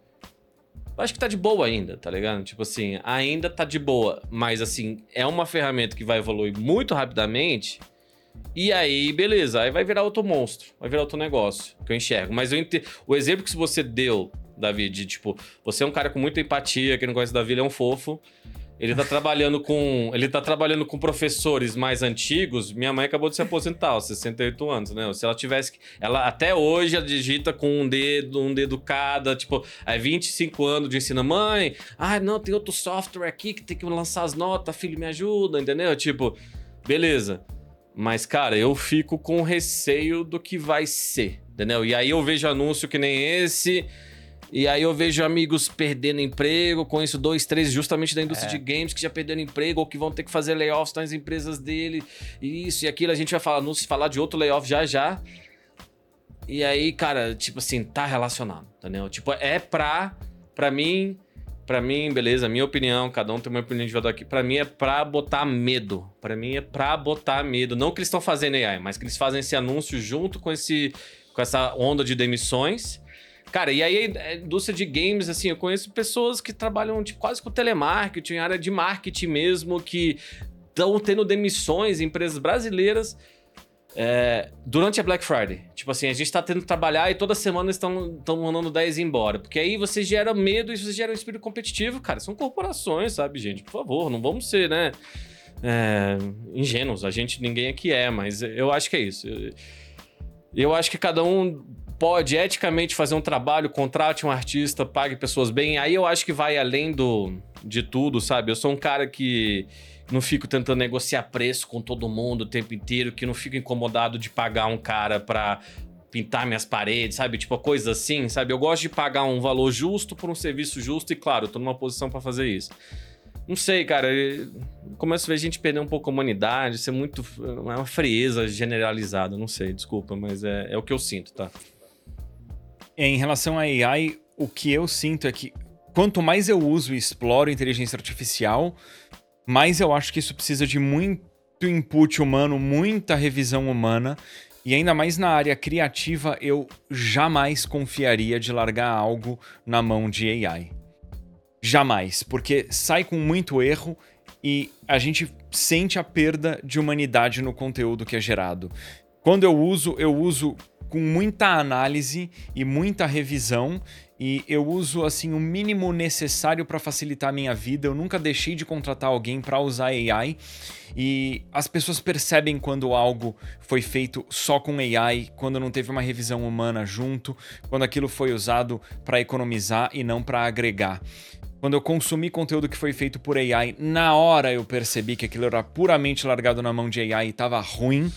Eu acho que tá de boa ainda, tá ligado? Tipo assim, ainda tá de boa. Mas assim, é uma ferramenta que vai evoluir muito rapidamente. E aí, beleza. Aí vai virar outro monstro. Vai virar outro negócio que eu enxergo. Mas eu ent... o exemplo que você deu, Davi, de tipo... Você é um cara com muita empatia, que não conhece o Davi, ele é um fofo. Ele tá trabalhando com. Ele tá trabalhando com professores mais antigos. Minha mãe acabou de se aposentar, aos sessenta e oito anos, né? Se ela tivesse. Ela até hoje ela digita com um dedo, um dedo cada, tipo, aí vinte e cinco anos de ensino. Mãe, ah, não, tem outro software aqui que tem que lançar as notas, filho, me ajuda, entendeu? Tipo, beleza. Mas, cara, eu fico com receio do que vai ser, entendeu? E aí eu vejo anúncio que nem esse. E aí eu vejo amigos perdendo emprego, conheço dois, três justamente da indústria É. de games que já perderam emprego ou que vão ter que fazer layoffs nas empresas dele, e isso e aquilo. A gente vai falar, não se falar de outro layoff já já. E aí, cara, tipo assim, tá relacionado, entendeu? Tipo, é pra, pra mim, pra mim, beleza, minha opinião, cada um tem uma opinião individual aqui, pra mim é pra botar medo, pra mim é pra botar medo. Não que eles estão fazendo A I, mas que eles fazem esse anúncio junto com, esse, com essa onda de demissões. Cara, e aí a indústria de games, assim, eu conheço pessoas que trabalham tipo, quase com telemarketing, área de marketing mesmo, que estão tendo demissões em empresas brasileiras é, durante a Black Friday. Tipo assim, a gente tá tendo que trabalhar e toda semana estão mandando dez embora. Porque aí você gera medo e você gera um espírito competitivo, cara. São corporações, sabe, gente? Por favor, não vamos ser, né, é, ingênuos. A gente, ninguém aqui é, mas eu acho que é isso. Eu, eu acho que cada um pode eticamente fazer um trabalho, contrate um artista, pague pessoas bem. Aí eu acho que vai além do, de tudo, sabe? Eu sou um cara que não fico tentando negociar preço com todo mundo o tempo inteiro, que não fico incomodado de pagar um cara pra pintar minhas paredes, sabe? Tipo, coisa assim, sabe? Eu gosto de pagar um valor justo por um serviço justo e, claro, eu tô numa posição pra fazer isso. Não sei, cara, começo a ver a gente perder um pouco a humanidade, ser muito... uma frieza generalizada, não sei, desculpa, mas é, é o que eu sinto, tá? Em relação a A I, o que eu sinto é que quanto mais eu uso e exploro inteligência artificial, mais eu acho que isso precisa de muito input humano, muita revisão humana, e ainda mais na área criativa, eu jamais confiaria de largar algo na mão de A I. Jamais, porque sai com muito erro e a gente sente a perda de humanidade no conteúdo que é gerado. Quando eu uso, eu uso com muita análise e muita revisão, e eu uso assim o mínimo necessário para facilitar a minha vida. Eu nunca deixei de contratar alguém para usar A I, e as pessoas percebem quando algo foi feito só com A I, quando não teve uma revisão humana junto, quando aquilo foi usado para economizar e não para agregar. Quando eu consumi conteúdo que foi feito por A I, na hora eu percebi que aquilo era puramente largado na mão de A I e estava ruim.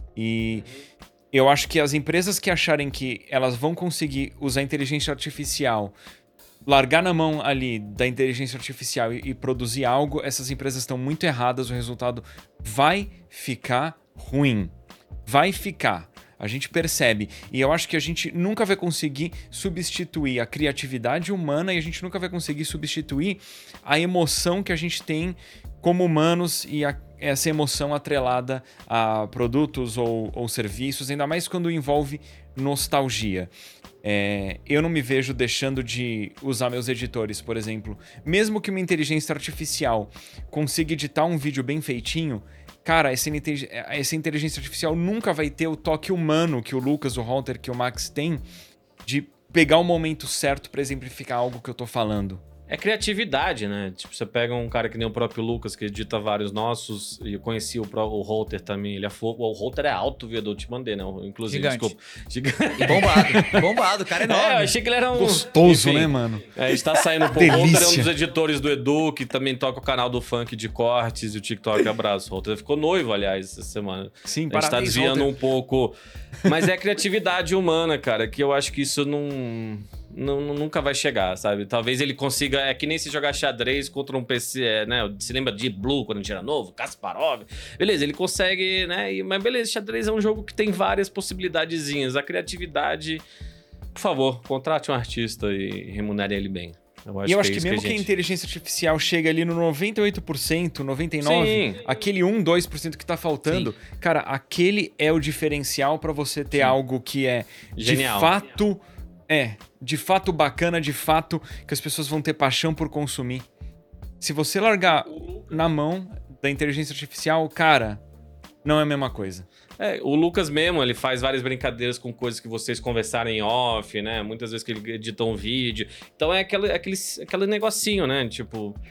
E eu acho que as empresas que acharem que elas vão conseguir usar inteligência artificial, largar na mão ali da inteligência artificial e, e produzir algo, essas empresas estão muito erradas, o resultado vai ficar ruim. Vai ficar. A gente percebe. E eu acho que a gente nunca vai conseguir substituir a criatividade humana, e a gente nunca vai conseguir substituir a emoção que a gente tem como humanos e a, essa emoção atrelada a produtos ou, ou serviços, ainda mais quando envolve nostalgia. É, eu não me vejo deixando de usar meus editores, por exemplo. Mesmo que uma inteligência artificial consiga editar um vídeo bem feitinho, cara, essa, essa inteligência artificial nunca vai ter o toque humano que o Lucas, o Hunter, que o Max tem, de pegar o momento certo para exemplificar algo que eu tô falando. É criatividade, né? Tipo, você pega um cara que nem o próprio Lucas, que edita vários nossos, e eu conheci o, o Holter também, ele é fofo. O Holter é alto, viu? Eu te mandei, né? Inclusive, Gigante. desculpa. Gigante. E bombado. Bombado, o cara é enorme. É, eu achei que ele era um... Gostoso, Enfim, né, mano? É, a gente tá saindo um pouco. O Holter é um dos editores do Edu, que também toca o canal do Funk de Cortes e o TikTok. Abraço. O Holter ficou noivo, aliás, essa semana. Sim, A gente parabéns, tá desviando Holter. um pouco. Mas é a criatividade humana, cara, que eu acho que isso não... Não, nunca vai chegar, sabe? Talvez ele consiga... É que nem se jogar xadrez contra um P C, é, né? Se lembra de Blue, quando a gente era novo? Kasparov. Beleza, ele consegue, né? E, mas beleza, xadrez é um jogo que tem várias possibilidadezinhas. A criatividade... Por favor, contrate um artista e remunere ele bem. Eu acho e eu que acho é que isso mesmo que que a a gente... inteligência artificial chega ali no noventa e oito por cento, noventa e nove por cento, Sim. aquele um, dois por cento que tá faltando, cara, aquele é o diferencial para você ter Sim. algo que é Genial. de fato... É, de fato bacana, de fato que as pessoas vão ter paixão por consumir. Se você largar na mão da inteligência artificial, cara, não é a mesma coisa. É, o Lucas mesmo, ele faz várias brincadeiras com coisas que vocês conversaram em off, né? Muitas vezes que ele edita um vídeo. Então é aquele, aquele, aquele negocinho, né? Tipo...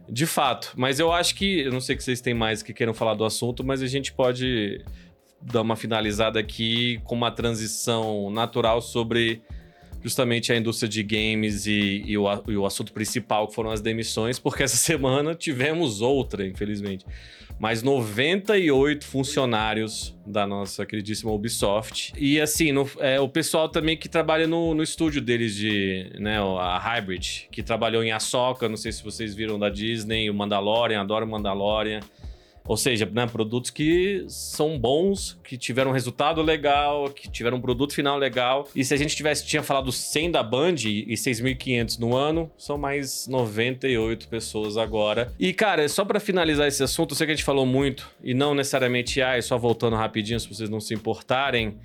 De fato, mas eu acho que, eu não sei que vocês têm mais que queiram falar do assunto, mas a gente pode dar uma finalizada aqui com uma transição natural sobre justamente a indústria de games e, e, o, e o assunto principal, que foram as demissões, porque essa semana tivemos outra, infelizmente. Mas noventa e oito funcionários da nossa queridíssima Ubisoft. E assim, no, é, o pessoal também que trabalha no, no estúdio deles de, né, a Hybrid, que trabalhou em Ahsoka, não sei se vocês viram da Disney, o Mandalorian, adoro o Mandalorian. Ou seja, né, produtos que são bons, que tiveram um resultado legal, que tiveram um produto final legal. E se a gente tivesse tinha falado cem da Band e seis mil e quinhentos no ano, são mais noventa e oito pessoas agora. E, cara, só pra finalizar esse assunto, eu sei que a gente falou muito, e não necessariamente, ah, só voltando rapidinho, se vocês não se importarem.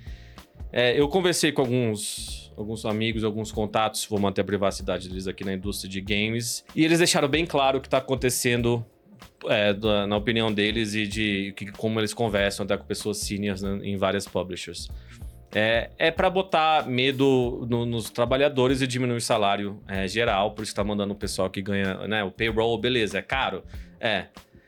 É, eu conversei com alguns... alguns amigos, alguns contatos, vou manter a privacidade deles aqui na indústria de games, e eles deixaram bem claro o que tá acontecendo... É, da, na opinião deles e de que, como eles conversam até com pessoas seniors, né, em várias publishers. É, é para botar medo no, nos trabalhadores e diminuir o salário é, geral, por isso tá mandando o pessoal que ganha, né, o payroll, beleza, é caro? É.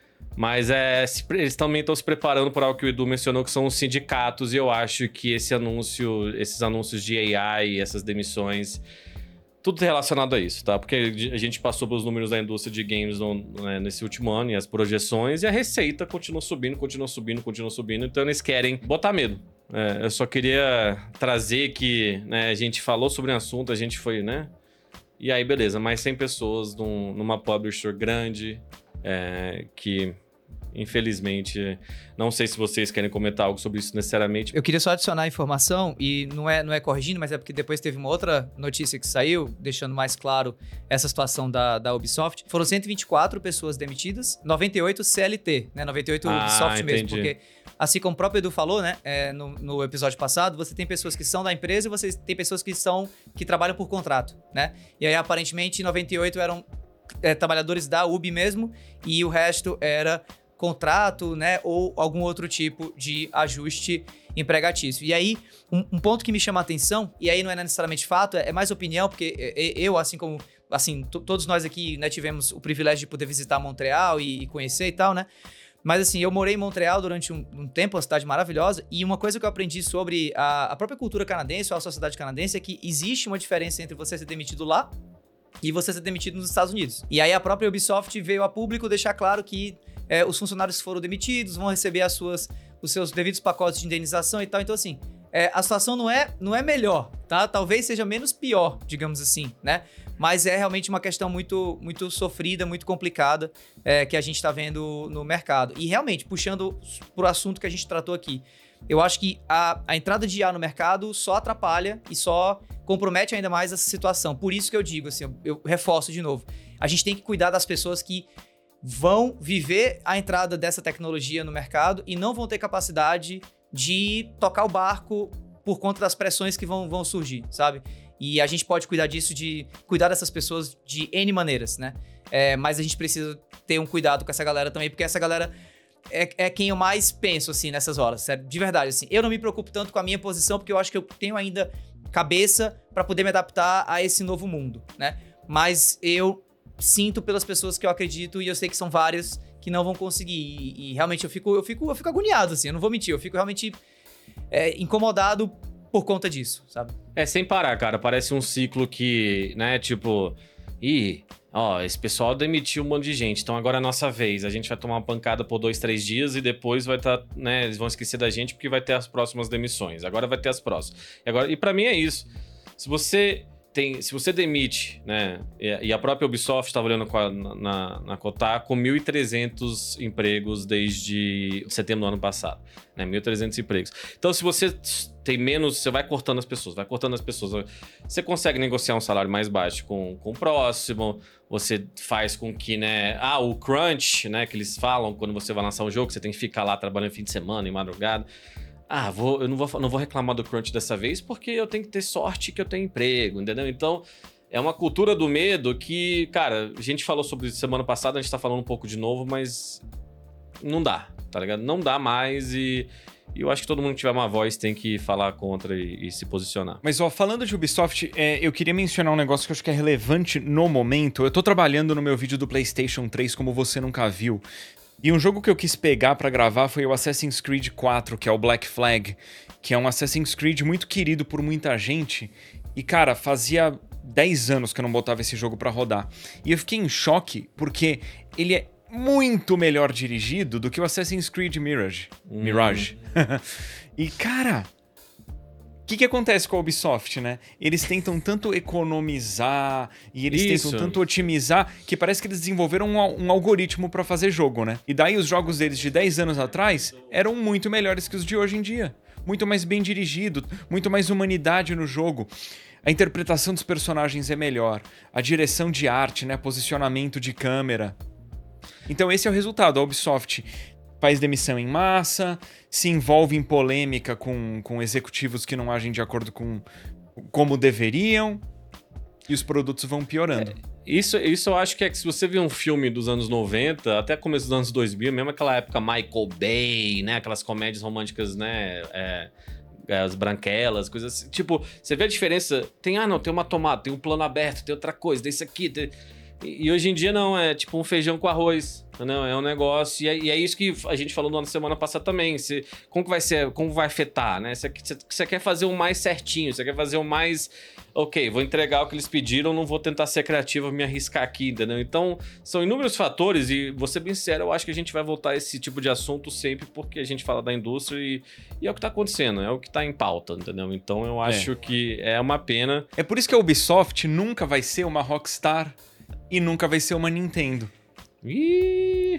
Mas é, se, eles também estão se preparando para algo que o Edu mencionou, que são os sindicatos, e eu acho que esse anúncio, esses anúncios de A I, essas demissões... Tudo relacionado a isso, tá? Porque a gente passou pelos números da indústria de games no, né, nesse último ano e as projeções, e a receita continua subindo, continua subindo, continua subindo. Então eles querem botar medo. É, eu só queria trazer que, né, a gente falou sobre o assunto, a gente foi, né? E aí, beleza, mais cem pessoas num, numa publisher grande, é, que... Infelizmente, não sei se vocês querem comentar algo sobre isso necessariamente. Eu queria só adicionar a informação, e não é, não é corrigindo, mas é porque depois teve uma outra notícia que saiu, deixando mais claro essa situação da, da Ubisoft. Foram cento e vinte e quatro pessoas demitidas, noventa e oito C L T, né? noventa e oito ah, Ubisoft entendi. mesmo, porque assim como o próprio Edu falou, né? É, no, no episódio passado, você tem pessoas que são da empresa e você tem pessoas que são que trabalham por contrato, né? E aí, aparentemente, noventa e oito eram é, trabalhadores da Ubi mesmo, e o resto era... contrato, né, ou algum outro tipo de ajuste empregatício. E aí, um, um ponto que me chama a atenção, e aí não é necessariamente fato, é, é mais opinião, porque eu, assim como, assim, todos nós aqui, né, tivemos o privilégio de poder visitar Montreal e, e conhecer e tal, né, mas assim, eu morei em Montreal durante um, um tempo, uma cidade maravilhosa, e uma coisa que eu aprendi sobre a, a própria cultura canadense, ou a sociedade canadense, é que existe uma diferença entre você ser demitido lá e você ser demitido nos Estados Unidos. E aí a própria Ubisoft veio a público deixar claro que É, os funcionários que foram demitidos vão receber as suas, os seus devidos pacotes de indenização e tal. Então, assim, é, a situação não é, não é melhor, tá? Talvez seja menos pior, digamos assim, né? Mas é realmente uma questão muito, muito sofrida, muito complicada, é, que a gente tá vendo no mercado. E realmente, puxando pro assunto que a gente tratou aqui, eu acho que a, a entrada de I A no mercado só atrapalha e só compromete ainda mais essa situação. Por isso que eu digo, assim, eu, eu reforço de novo, a gente tem que cuidar das pessoas que vão viver a entrada dessa tecnologia no mercado e não vão ter capacidade de tocar o barco por conta das pressões que vão, vão surgir, sabe? E a gente pode cuidar disso, de cuidar dessas pessoas de N maneiras, né? É, mas a gente precisa ter um cuidado com essa galera também, porque essa galera é, é quem eu mais penso, assim, nessas horas, sério, de verdade, assim. Eu não me preocupo tanto com a minha posição, porque eu acho que eu tenho ainda cabeça para poder me adaptar a esse novo mundo, né? Mas eu sinto pelas pessoas que eu acredito, e eu sei que são várias que não vão conseguir, e, e realmente eu fico, eu, fico, eu fico agoniado, assim, eu não vou mentir, eu fico realmente é, incomodado por conta disso, sabe? É, sem parar, cara, parece um ciclo que, né, tipo, ih, ó, esse pessoal demitiu um monte de gente, então agora é a nossa vez, a gente vai tomar uma pancada por dois, três dias e depois vai estar, tá, né, eles vão esquecer da gente porque vai ter as próximas demissões, agora vai ter as próximas. E, agora, e pra mim é isso, se você... Tem, se você demite, né, e a própria Ubisoft estava olhando com a, na, na Kotaku, mil e trezentos empregos desde setembro do ano passado, né, mil e trezentos empregos. Então, se você tem menos, você vai cortando as pessoas, vai cortando as pessoas, você consegue negociar um salário mais baixo com, com o próximo, você faz com que, né, ah, o crunch, né, que eles falam quando você vai lançar um jogo, que você tem que ficar lá trabalhando fim de semana, em madrugada. Ah, vou, eu não vou, não vou reclamar do crunch dessa vez porque eu tenho que ter sorte que eu tenho emprego, entendeu? Então, é uma cultura do medo que, cara, a gente falou sobre isso semana passada, a gente tá falando um pouco de novo, mas não dá, tá ligado? Não dá mais e, E eu acho que todo mundo que tiver uma voz tem que falar contra e, e se posicionar. Mas, ó, falando de Ubisoft, é, eu queria mencionar um negócio que eu acho que é relevante no momento. Eu tô trabalhando no meu vídeo do PlayStation três como você nunca viu. E um jogo que eu quis pegar pra gravar foi o Assassin's Creed quatro, que é o Black Flag, que é um Assassin's Creed muito querido por muita gente. E, cara, fazia dez anos que eu não botava esse jogo pra rodar. E eu fiquei em choque porque ele é muito melhor dirigido do que o Assassin's Creed Mirage. Hum. Mirage. E, cara, o que, que acontece com a Ubisoft, né? Eles tentam tanto economizar e eles Isso. tentam tanto otimizar que parece que eles desenvolveram um, um algoritmo pra fazer jogo, né? E daí os jogos deles de dez anos atrás eram muito melhores que os de hoje em dia. Muito mais bem dirigido, muito mais humanidade no jogo. A interpretação dos personagens é melhor. A direção de arte, né? Posicionamento de câmera. Então esse é o resultado. A Ubisoft faz demissão em massa, se envolve em polêmica com, com executivos que não agem de acordo com como deveriam, e os produtos vão piorando. É, isso, isso eu acho que é que se você vê um filme dos anos noventa, até começo dos anos dois mil, mesmo aquela época Michael Bay, né? Aquelas comédias românticas, né? É, as branquelas, coisas assim. Tipo, você vê a diferença? Tem, ah, não, tem uma tomada, tem um plano aberto, tem outra coisa, tem isso aqui, tem... E hoje em dia não, é tipo um feijão com arroz, não, é um negócio, e é, e é isso que a gente falou na semana passada também, se, como que vai ser, como vai afetar, né? Você, você quer fazer o mais certinho, você quer fazer o mais, ok, vou entregar o que eles pediram, não vou tentar ser criativo, me arriscar aqui, entendeu? Então, são inúmeros fatores e, vou ser bem sincero, eu acho que a gente vai voltar a esse tipo de assunto sempre porque a gente fala da indústria e, e é o que tá acontecendo, é o que tá em pauta, entendeu? Então, eu acho é. que é uma pena. É por isso que a Ubisoft nunca vai ser uma Rockstar e nunca vai ser uma Nintendo. Ih...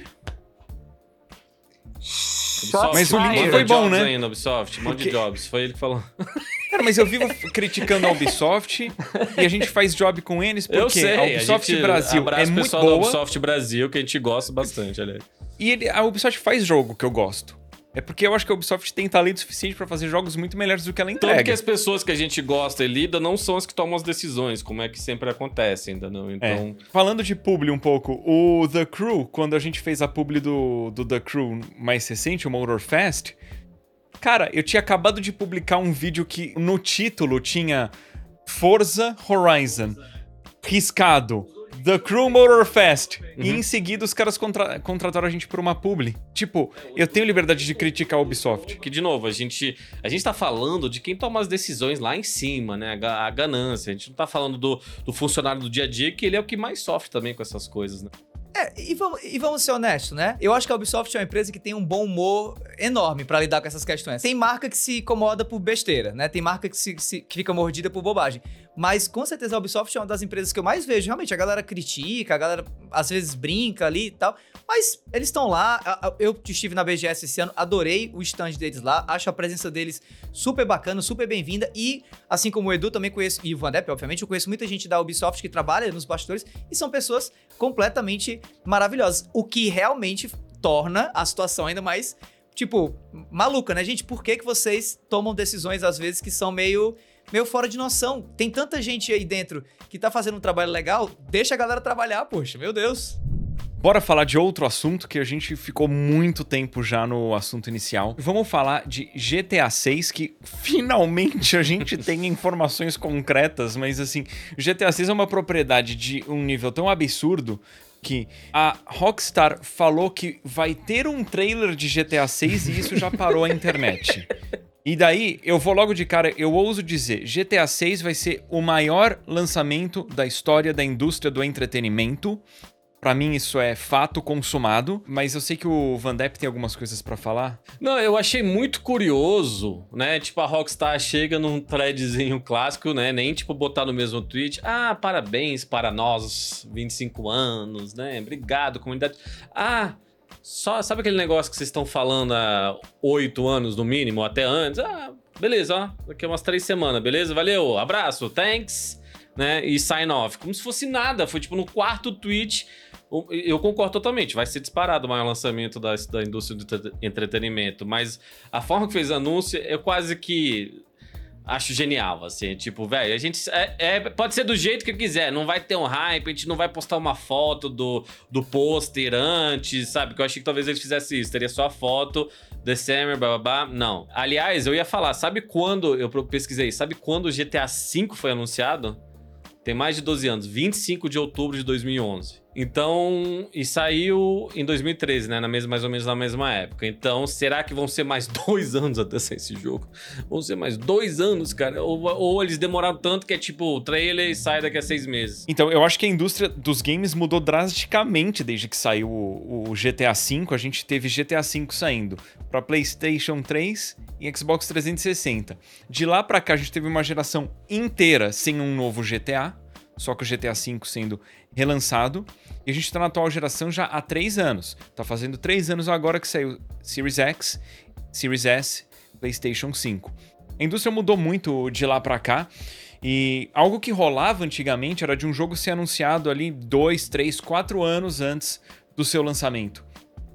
Ubisoft, mas o link foi bom, né? Ainda, Ubisoft, um monte Porque... de jobs, foi ele que falou. Cara, mas eu vivo criticando a Ubisoft e a gente faz job com eles porque eu sei, a Ubisoft a Brasil é muito boa. Da Ubisoft Brasil, que a gente gosta bastante, aliás. E ele, a Ubisoft faz jogo que eu gosto. É porque eu acho que a Ubisoft tem talento suficiente pra fazer jogos muito melhores do que ela entrega. Tanto que as pessoas que a gente gosta e lida não são as que tomam as decisões, como é que sempre acontece, ainda não. Então... É. Falando de publi um pouco, o The Crew, quando a gente fez a publi do, do The Crew mais recente, o Motorfest, cara, eu tinha acabado de publicar um vídeo que no título tinha Forza Horizon, riscado The Crew Motorfest. Uhum. E em seguida os caras contra- contrataram a gente por uma publi. Tipo, eu tenho liberdade de criticar a Ubisoft. Que, de novo, a gente, a gente tá falando de quem toma as decisões lá em cima, né? A, a ganância. A gente não tá falando do, do funcionário do dia a dia, que ele é o que mais sofre também com essas coisas, né? É, e vamos, e vamos ser honestos, né? Eu acho que a Ubisoft é uma empresa que tem um bom humor enorme pra lidar com essas questões. Tem marca que se incomoda por besteira, né? Tem marca que, se, se, que fica mordida por bobagem. Mas, com certeza, a Ubisoft é uma das empresas que eu mais vejo. Realmente, a galera critica, a galera, às vezes, brinca ali e tal. Mas eles estão lá. Eu estive na B G S esse ano, adorei o stand deles lá. Acho a presença deles super bacana, super bem-vinda. E, assim como o Edu, também conheço, e o Vandep, obviamente, eu conheço muita gente da Ubisoft que trabalha nos bastidores e são pessoas completamente maravilhosas. O que realmente torna a situação ainda mais, tipo, maluca, né, gente? Por que que vocês tomam decisões, às vezes, que são meio... meio fora de noção? Tem tanta gente aí dentro que tá fazendo um trabalho legal, deixa a galera trabalhar, poxa, meu Deus. Bora falar de outro assunto, que a gente ficou muito tempo já no assunto inicial. Vamos falar de G T A seis, que finalmente a gente tem informações concretas, mas assim, G T A seis é uma propriedade de um nível tão absurdo que a Rockstar falou que vai ter um trailer de G T A seis e isso já parou a internet. E daí, eu vou logo de cara, eu ouso dizer, G T A seis vai ser o maior lançamento da história da indústria do entretenimento. Pra mim isso é fato consumado, mas eu sei que o Vandep tem algumas coisas pra falar. Não, eu achei muito curioso, né? Tipo, a Rockstar chega num threadzinho clássico, né? Nem, tipo, botar no mesmo tweet. Ah, parabéns para nós, vinte e cinco anos, né? Obrigado, comunidade. Ah... Só, sabe aquele negócio que vocês estão falando há oito anos no mínimo, ou até antes? Ah, beleza, ó, daqui a umas três semanas, beleza? Valeu, abraço, thanks, né? E sign off. Como se fosse nada, foi tipo no quarto tweet. Eu concordo totalmente, vai ser disparado o maior lançamento da, da indústria do entretenimento, mas a forma que fez anúncio é quase que... Acho genial, assim, tipo, velho, a gente... É, é, pode ser do jeito que quiser, não vai ter um hype, a gente não vai postar uma foto do, do pôster antes, sabe? Que eu achei que talvez eles fizessem isso, teria só a foto, December, blá, blá, blá. Não. Aliás, eu ia falar, sabe quando, eu pesquisei, sabe quando o G T A cinco foi anunciado? Tem mais de doze anos, vinte e cinco de outubro de dois mil e onze. Então, e saiu em dois mil e treze, né? Na mesma, mais ou menos na mesma época. Então, será que vão ser mais dois anos até sair esse jogo? Vão ser mais dois anos, cara? Ou, ou eles demoraram tanto que é tipo, o trailer e sai daqui a seis meses? Então, eu acho que a indústria dos games mudou drasticamente desde que saiu o, o G T A cinco. A gente teve G T A cinco saindo para PlayStation três e Xbox trezentos e sessenta. De lá pra cá, a gente teve uma geração inteira sem um novo G T A, só que o G T A cinco sendo relançado. E a gente tá na atual geração já há três anos. Tá fazendo três anos agora que saiu Series X, Series S, PlayStation cinco. A indústria mudou muito de lá pra cá. E algo que rolava antigamente era de um jogo ser anunciado ali dois, três, quatro anos antes do seu lançamento.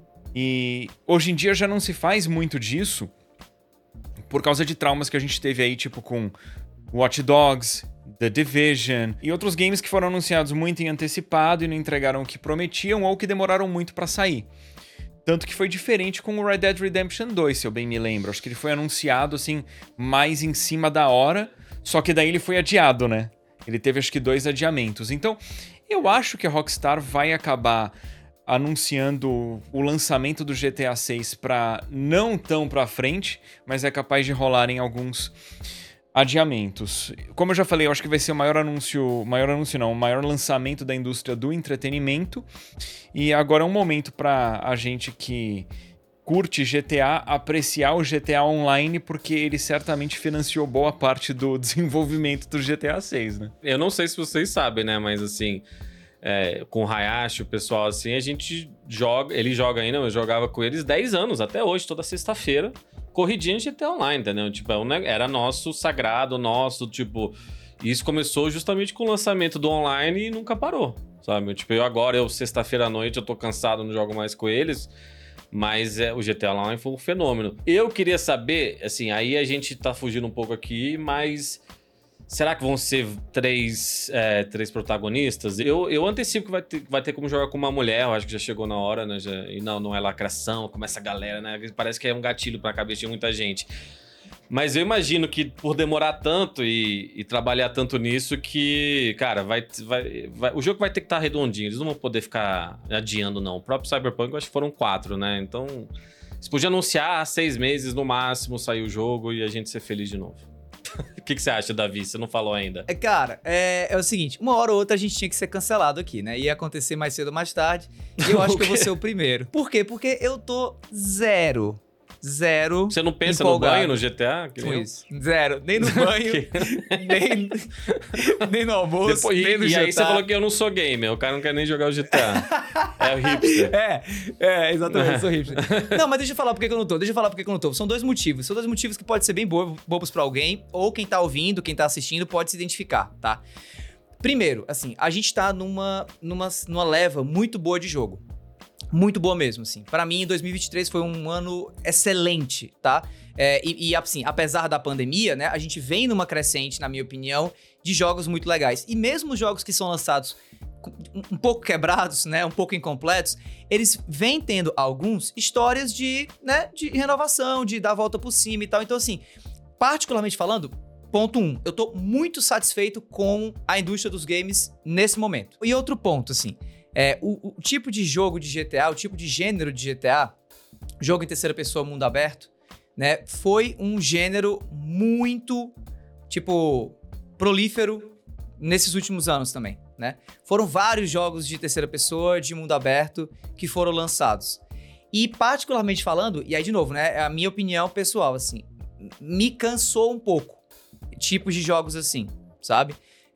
E hoje em dia já não se faz muito disso por causa de traumas que a gente teve aí, tipo com Watch Dogs, The Division e outros games que foram anunciados muito em antecipado e não entregaram o que prometiam ou que demoraram muito pra sair. Tanto que foi diferente com o Red Dead Redemption dois, se eu bem me lembro. Acho que ele foi anunciado, assim, mais em cima da hora, só que daí ele foi adiado, né? Ele teve, acho que, dois adiamentos. Então, eu acho que a Rockstar vai acabar anunciando o lançamento do G T A seis pra não tão pra frente, mas é capaz de rolar em alguns adiamentos. Como eu já falei, eu acho que vai ser o maior anúncio, maior anúncio não, o maior lançamento da indústria do entretenimento. E agora é um momento para a gente que curte G T A apreciar o G T A Online, porque ele certamente financiou boa parte do desenvolvimento do G T A seis, né? Eu não sei se vocês sabem, né, mas assim, é, com o Hayashi, o pessoal assim, a gente joga, ele joga ainda, eu jogava com eles dez anos, até hoje, toda sexta-feira. Corridinha de G T A Online, entendeu? Tipo, era nosso sagrado, nosso, tipo... Isso começou justamente com o lançamento do online e nunca parou, sabe? Tipo, eu agora, eu sexta-feira à noite, eu tô cansado, não jogo mais com eles, mas é, o G T A Online foi um fenômeno. Eu queria saber, assim, aí a gente tá fugindo um pouco aqui, mas... Será que vão ser três, é, três protagonistas? Eu, eu antecipo que vai ter, vai ter como jogar com uma mulher, eu acho que já chegou na hora, né? Já, e não, não é lacração, começa a galera, né? Parece que é um gatilho pra cabeça de muita gente. Mas eu imagino que por demorar tanto e, e trabalhar tanto nisso que, cara, vai, vai, vai, o jogo vai ter que estar redondinho. Eles não vão poder ficar adiando, não. O próprio Cyberpunk, eu acho que foram quatro, né? Então, você podia anunciar há seis meses no máximo, sair o jogo e a gente ser feliz de novo. O que, que você acha, Davi? Você não falou ainda. É, cara, é, é o seguinte, uma hora ou outra a gente tinha que ser cancelado aqui, né? Ia acontecer mais cedo ou mais tarde. E eu acho que eu vou ser o primeiro. Por quê? Porque eu tô zero. Zero. Você não pensa empolgado. No banho no G T A? Que nem isso. Zero. Nem no banho, nem, nem no almoço, Depois, nem no e, jantar. E aí você falou que eu não sou gamer. O cara não quer nem jogar o G T A. É o hipster. É, é, exatamente, eu sou hipster. Não, mas deixa eu falar por que eu não tô. Deixa eu falar por que eu não tô. São dois motivos. São dois motivos que podem ser bem bo- bobos pra alguém, ou quem tá ouvindo, quem tá assistindo, pode se identificar, tá? Primeiro, assim, a gente tá numa, numa, numa leva muito boa de jogo. Muito boa mesmo, assim. Pra mim, dois mil e vinte e três foi um ano excelente, tá? É, e, e, assim, apesar da pandemia, né, a gente vem numa crescente, na minha opinião, de jogos muito legais. E mesmo os jogos que são lançados um pouco quebrados, né, um pouco incompletos, eles vêm tendo alguns histórias de, né, de renovação, de dar a volta por cima e tal. Então, assim, particularmente falando, ponto um, eu tô muito satisfeito com a indústria dos games nesse momento. E outro ponto, assim, é, o, o tipo de jogo de G T A, o tipo de gênero de G T A, jogo em terceira pessoa, mundo aberto, né, foi um gênero muito, tipo, prolífero nesses últimos anos também, né? Foram vários jogos de terceira pessoa, de mundo aberto, que foram lançados. E particularmente falando, e aí de novo, né, é a minha opinião pessoal, assim, me cansou um pouco tipos de jogos assim, sabe?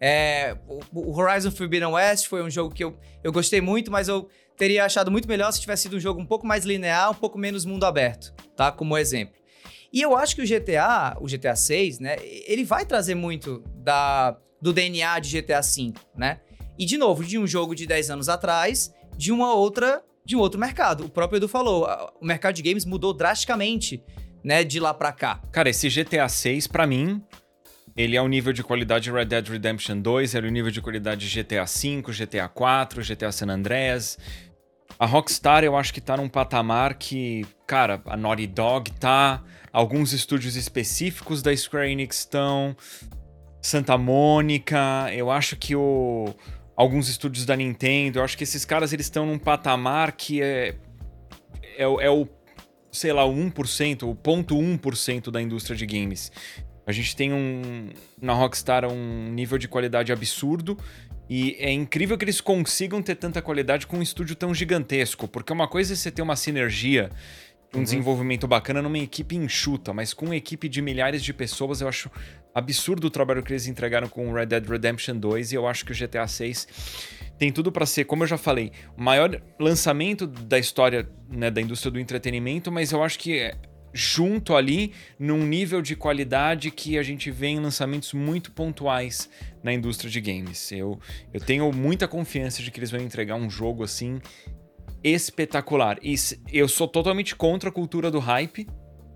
É, o Horizon Forbidden West foi um jogo que eu, eu gostei muito, mas eu teria achado muito melhor se tivesse sido um jogo um pouco mais linear, um pouco menos mundo aberto, tá? Como exemplo. E eu acho que o G T A, o G T A seis, né, ele vai trazer muito da, do D N A de G T A cinco, né? E, de novo, de um jogo de dez anos atrás, de uma outra, de um outro mercado. O próprio Edu falou, o mercado de games mudou drasticamente, né, de lá pra cá. Cara, esse G T A seis, pra mim, Ele é o nível de qualidade de Red Dead Redemption dois, ele é o nível de qualidade de G T A cinco, G T A quatro, G T A San Andreas. A Rockstar eu acho que tá num patamar que, cara, a Naughty Dog tá, alguns estúdios específicos da Square Enix estão, Santa Mônica, eu acho que o, alguns estúdios da Nintendo, eu acho que esses caras eles estão num patamar que é, é, é o, sei lá, o um por cento, o zero vírgula um por cento da indústria de games. A gente tem um, na Rockstar um nível de qualidade absurdo e é incrível que eles consigam ter tanta qualidade com um estúdio tão gigantesco, porque uma coisa é você ter uma sinergia, um uhum. desenvolvimento bacana numa equipe enxuta, mas com uma equipe de milhares de pessoas eu acho absurdo o trabalho que eles entregaram com o Red Dead Redemption dois e eu acho que o G T A seis tem tudo pra ser, como eu já falei, o maior lançamento da história, né, da indústria do entretenimento, mas eu acho que é junto ali num nível de qualidade que a gente vê em lançamentos muito pontuais na indústria de games. Eu, eu tenho muita confiança de que eles vão entregar um jogo assim espetacular. E eu sou totalmente contra a cultura do hype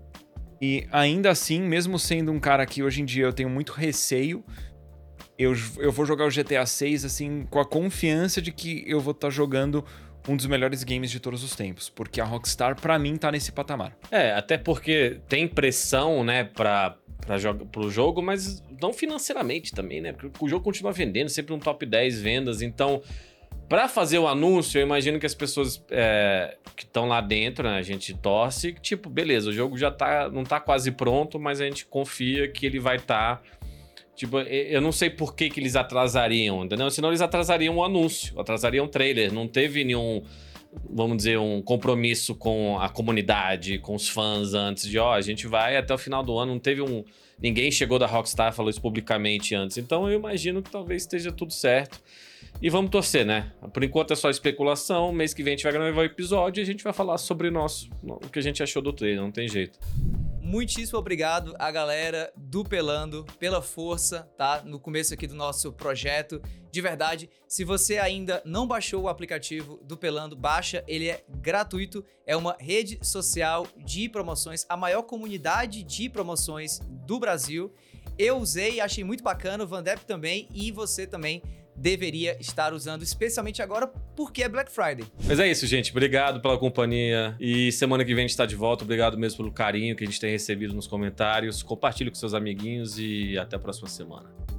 e ainda assim, mesmo sendo um cara que hoje em dia eu tenho muito receio, eu, eu vou jogar o G T A seis assim com a confiança de que eu vou estar tá jogando um dos melhores games de todos os tempos, porque a Rockstar, pra mim, tá nesse patamar. É, até porque tem pressão, né, pra, pra joga, pro jogo, mas não financeiramente também, né, porque o jogo continua vendendo, sempre um top dez vendas, então, pra fazer o anúncio, eu imagino que as pessoas é, que estão lá dentro, né, a gente torce, tipo, beleza, o jogo já tá, não tá quase pronto, mas a gente confia que ele vai estar... Tá, tipo, eu não sei por que, que eles atrasariam, entendeu? Senão eles atrasariam o anúncio, atrasariam o trailer. Não teve nenhum, vamos dizer, um compromisso com a comunidade, com os fãs antes de, ó, a gente vai até o final do ano. Não teve um... Ninguém chegou da Rockstar e falou isso publicamente antes. Então eu imagino que talvez esteja tudo certo. E vamos torcer, né? Por enquanto é só especulação. Mês que vem a gente vai gravar o episódio e a gente vai falar sobre o nosso, o que a gente achou do trailer, não tem jeito. Muitíssimo obrigado a galera do Pelando pela força, tá? No começo aqui do nosso projeto. De verdade, se você ainda não baixou o aplicativo do Pelando, baixa, ele é gratuito, é uma rede social de promoções, a maior comunidade de promoções do Brasil. Eu usei, achei muito bacana, o Vandep também, e você também deveria estar usando, especialmente agora porque é Black Friday. Mas é isso, gente. Obrigado pela companhia. E semana que vem a gente está de volta. Obrigado mesmo pelo carinho que a gente tem recebido nos comentários. Compartilhe com seus amiguinhos e até a próxima semana.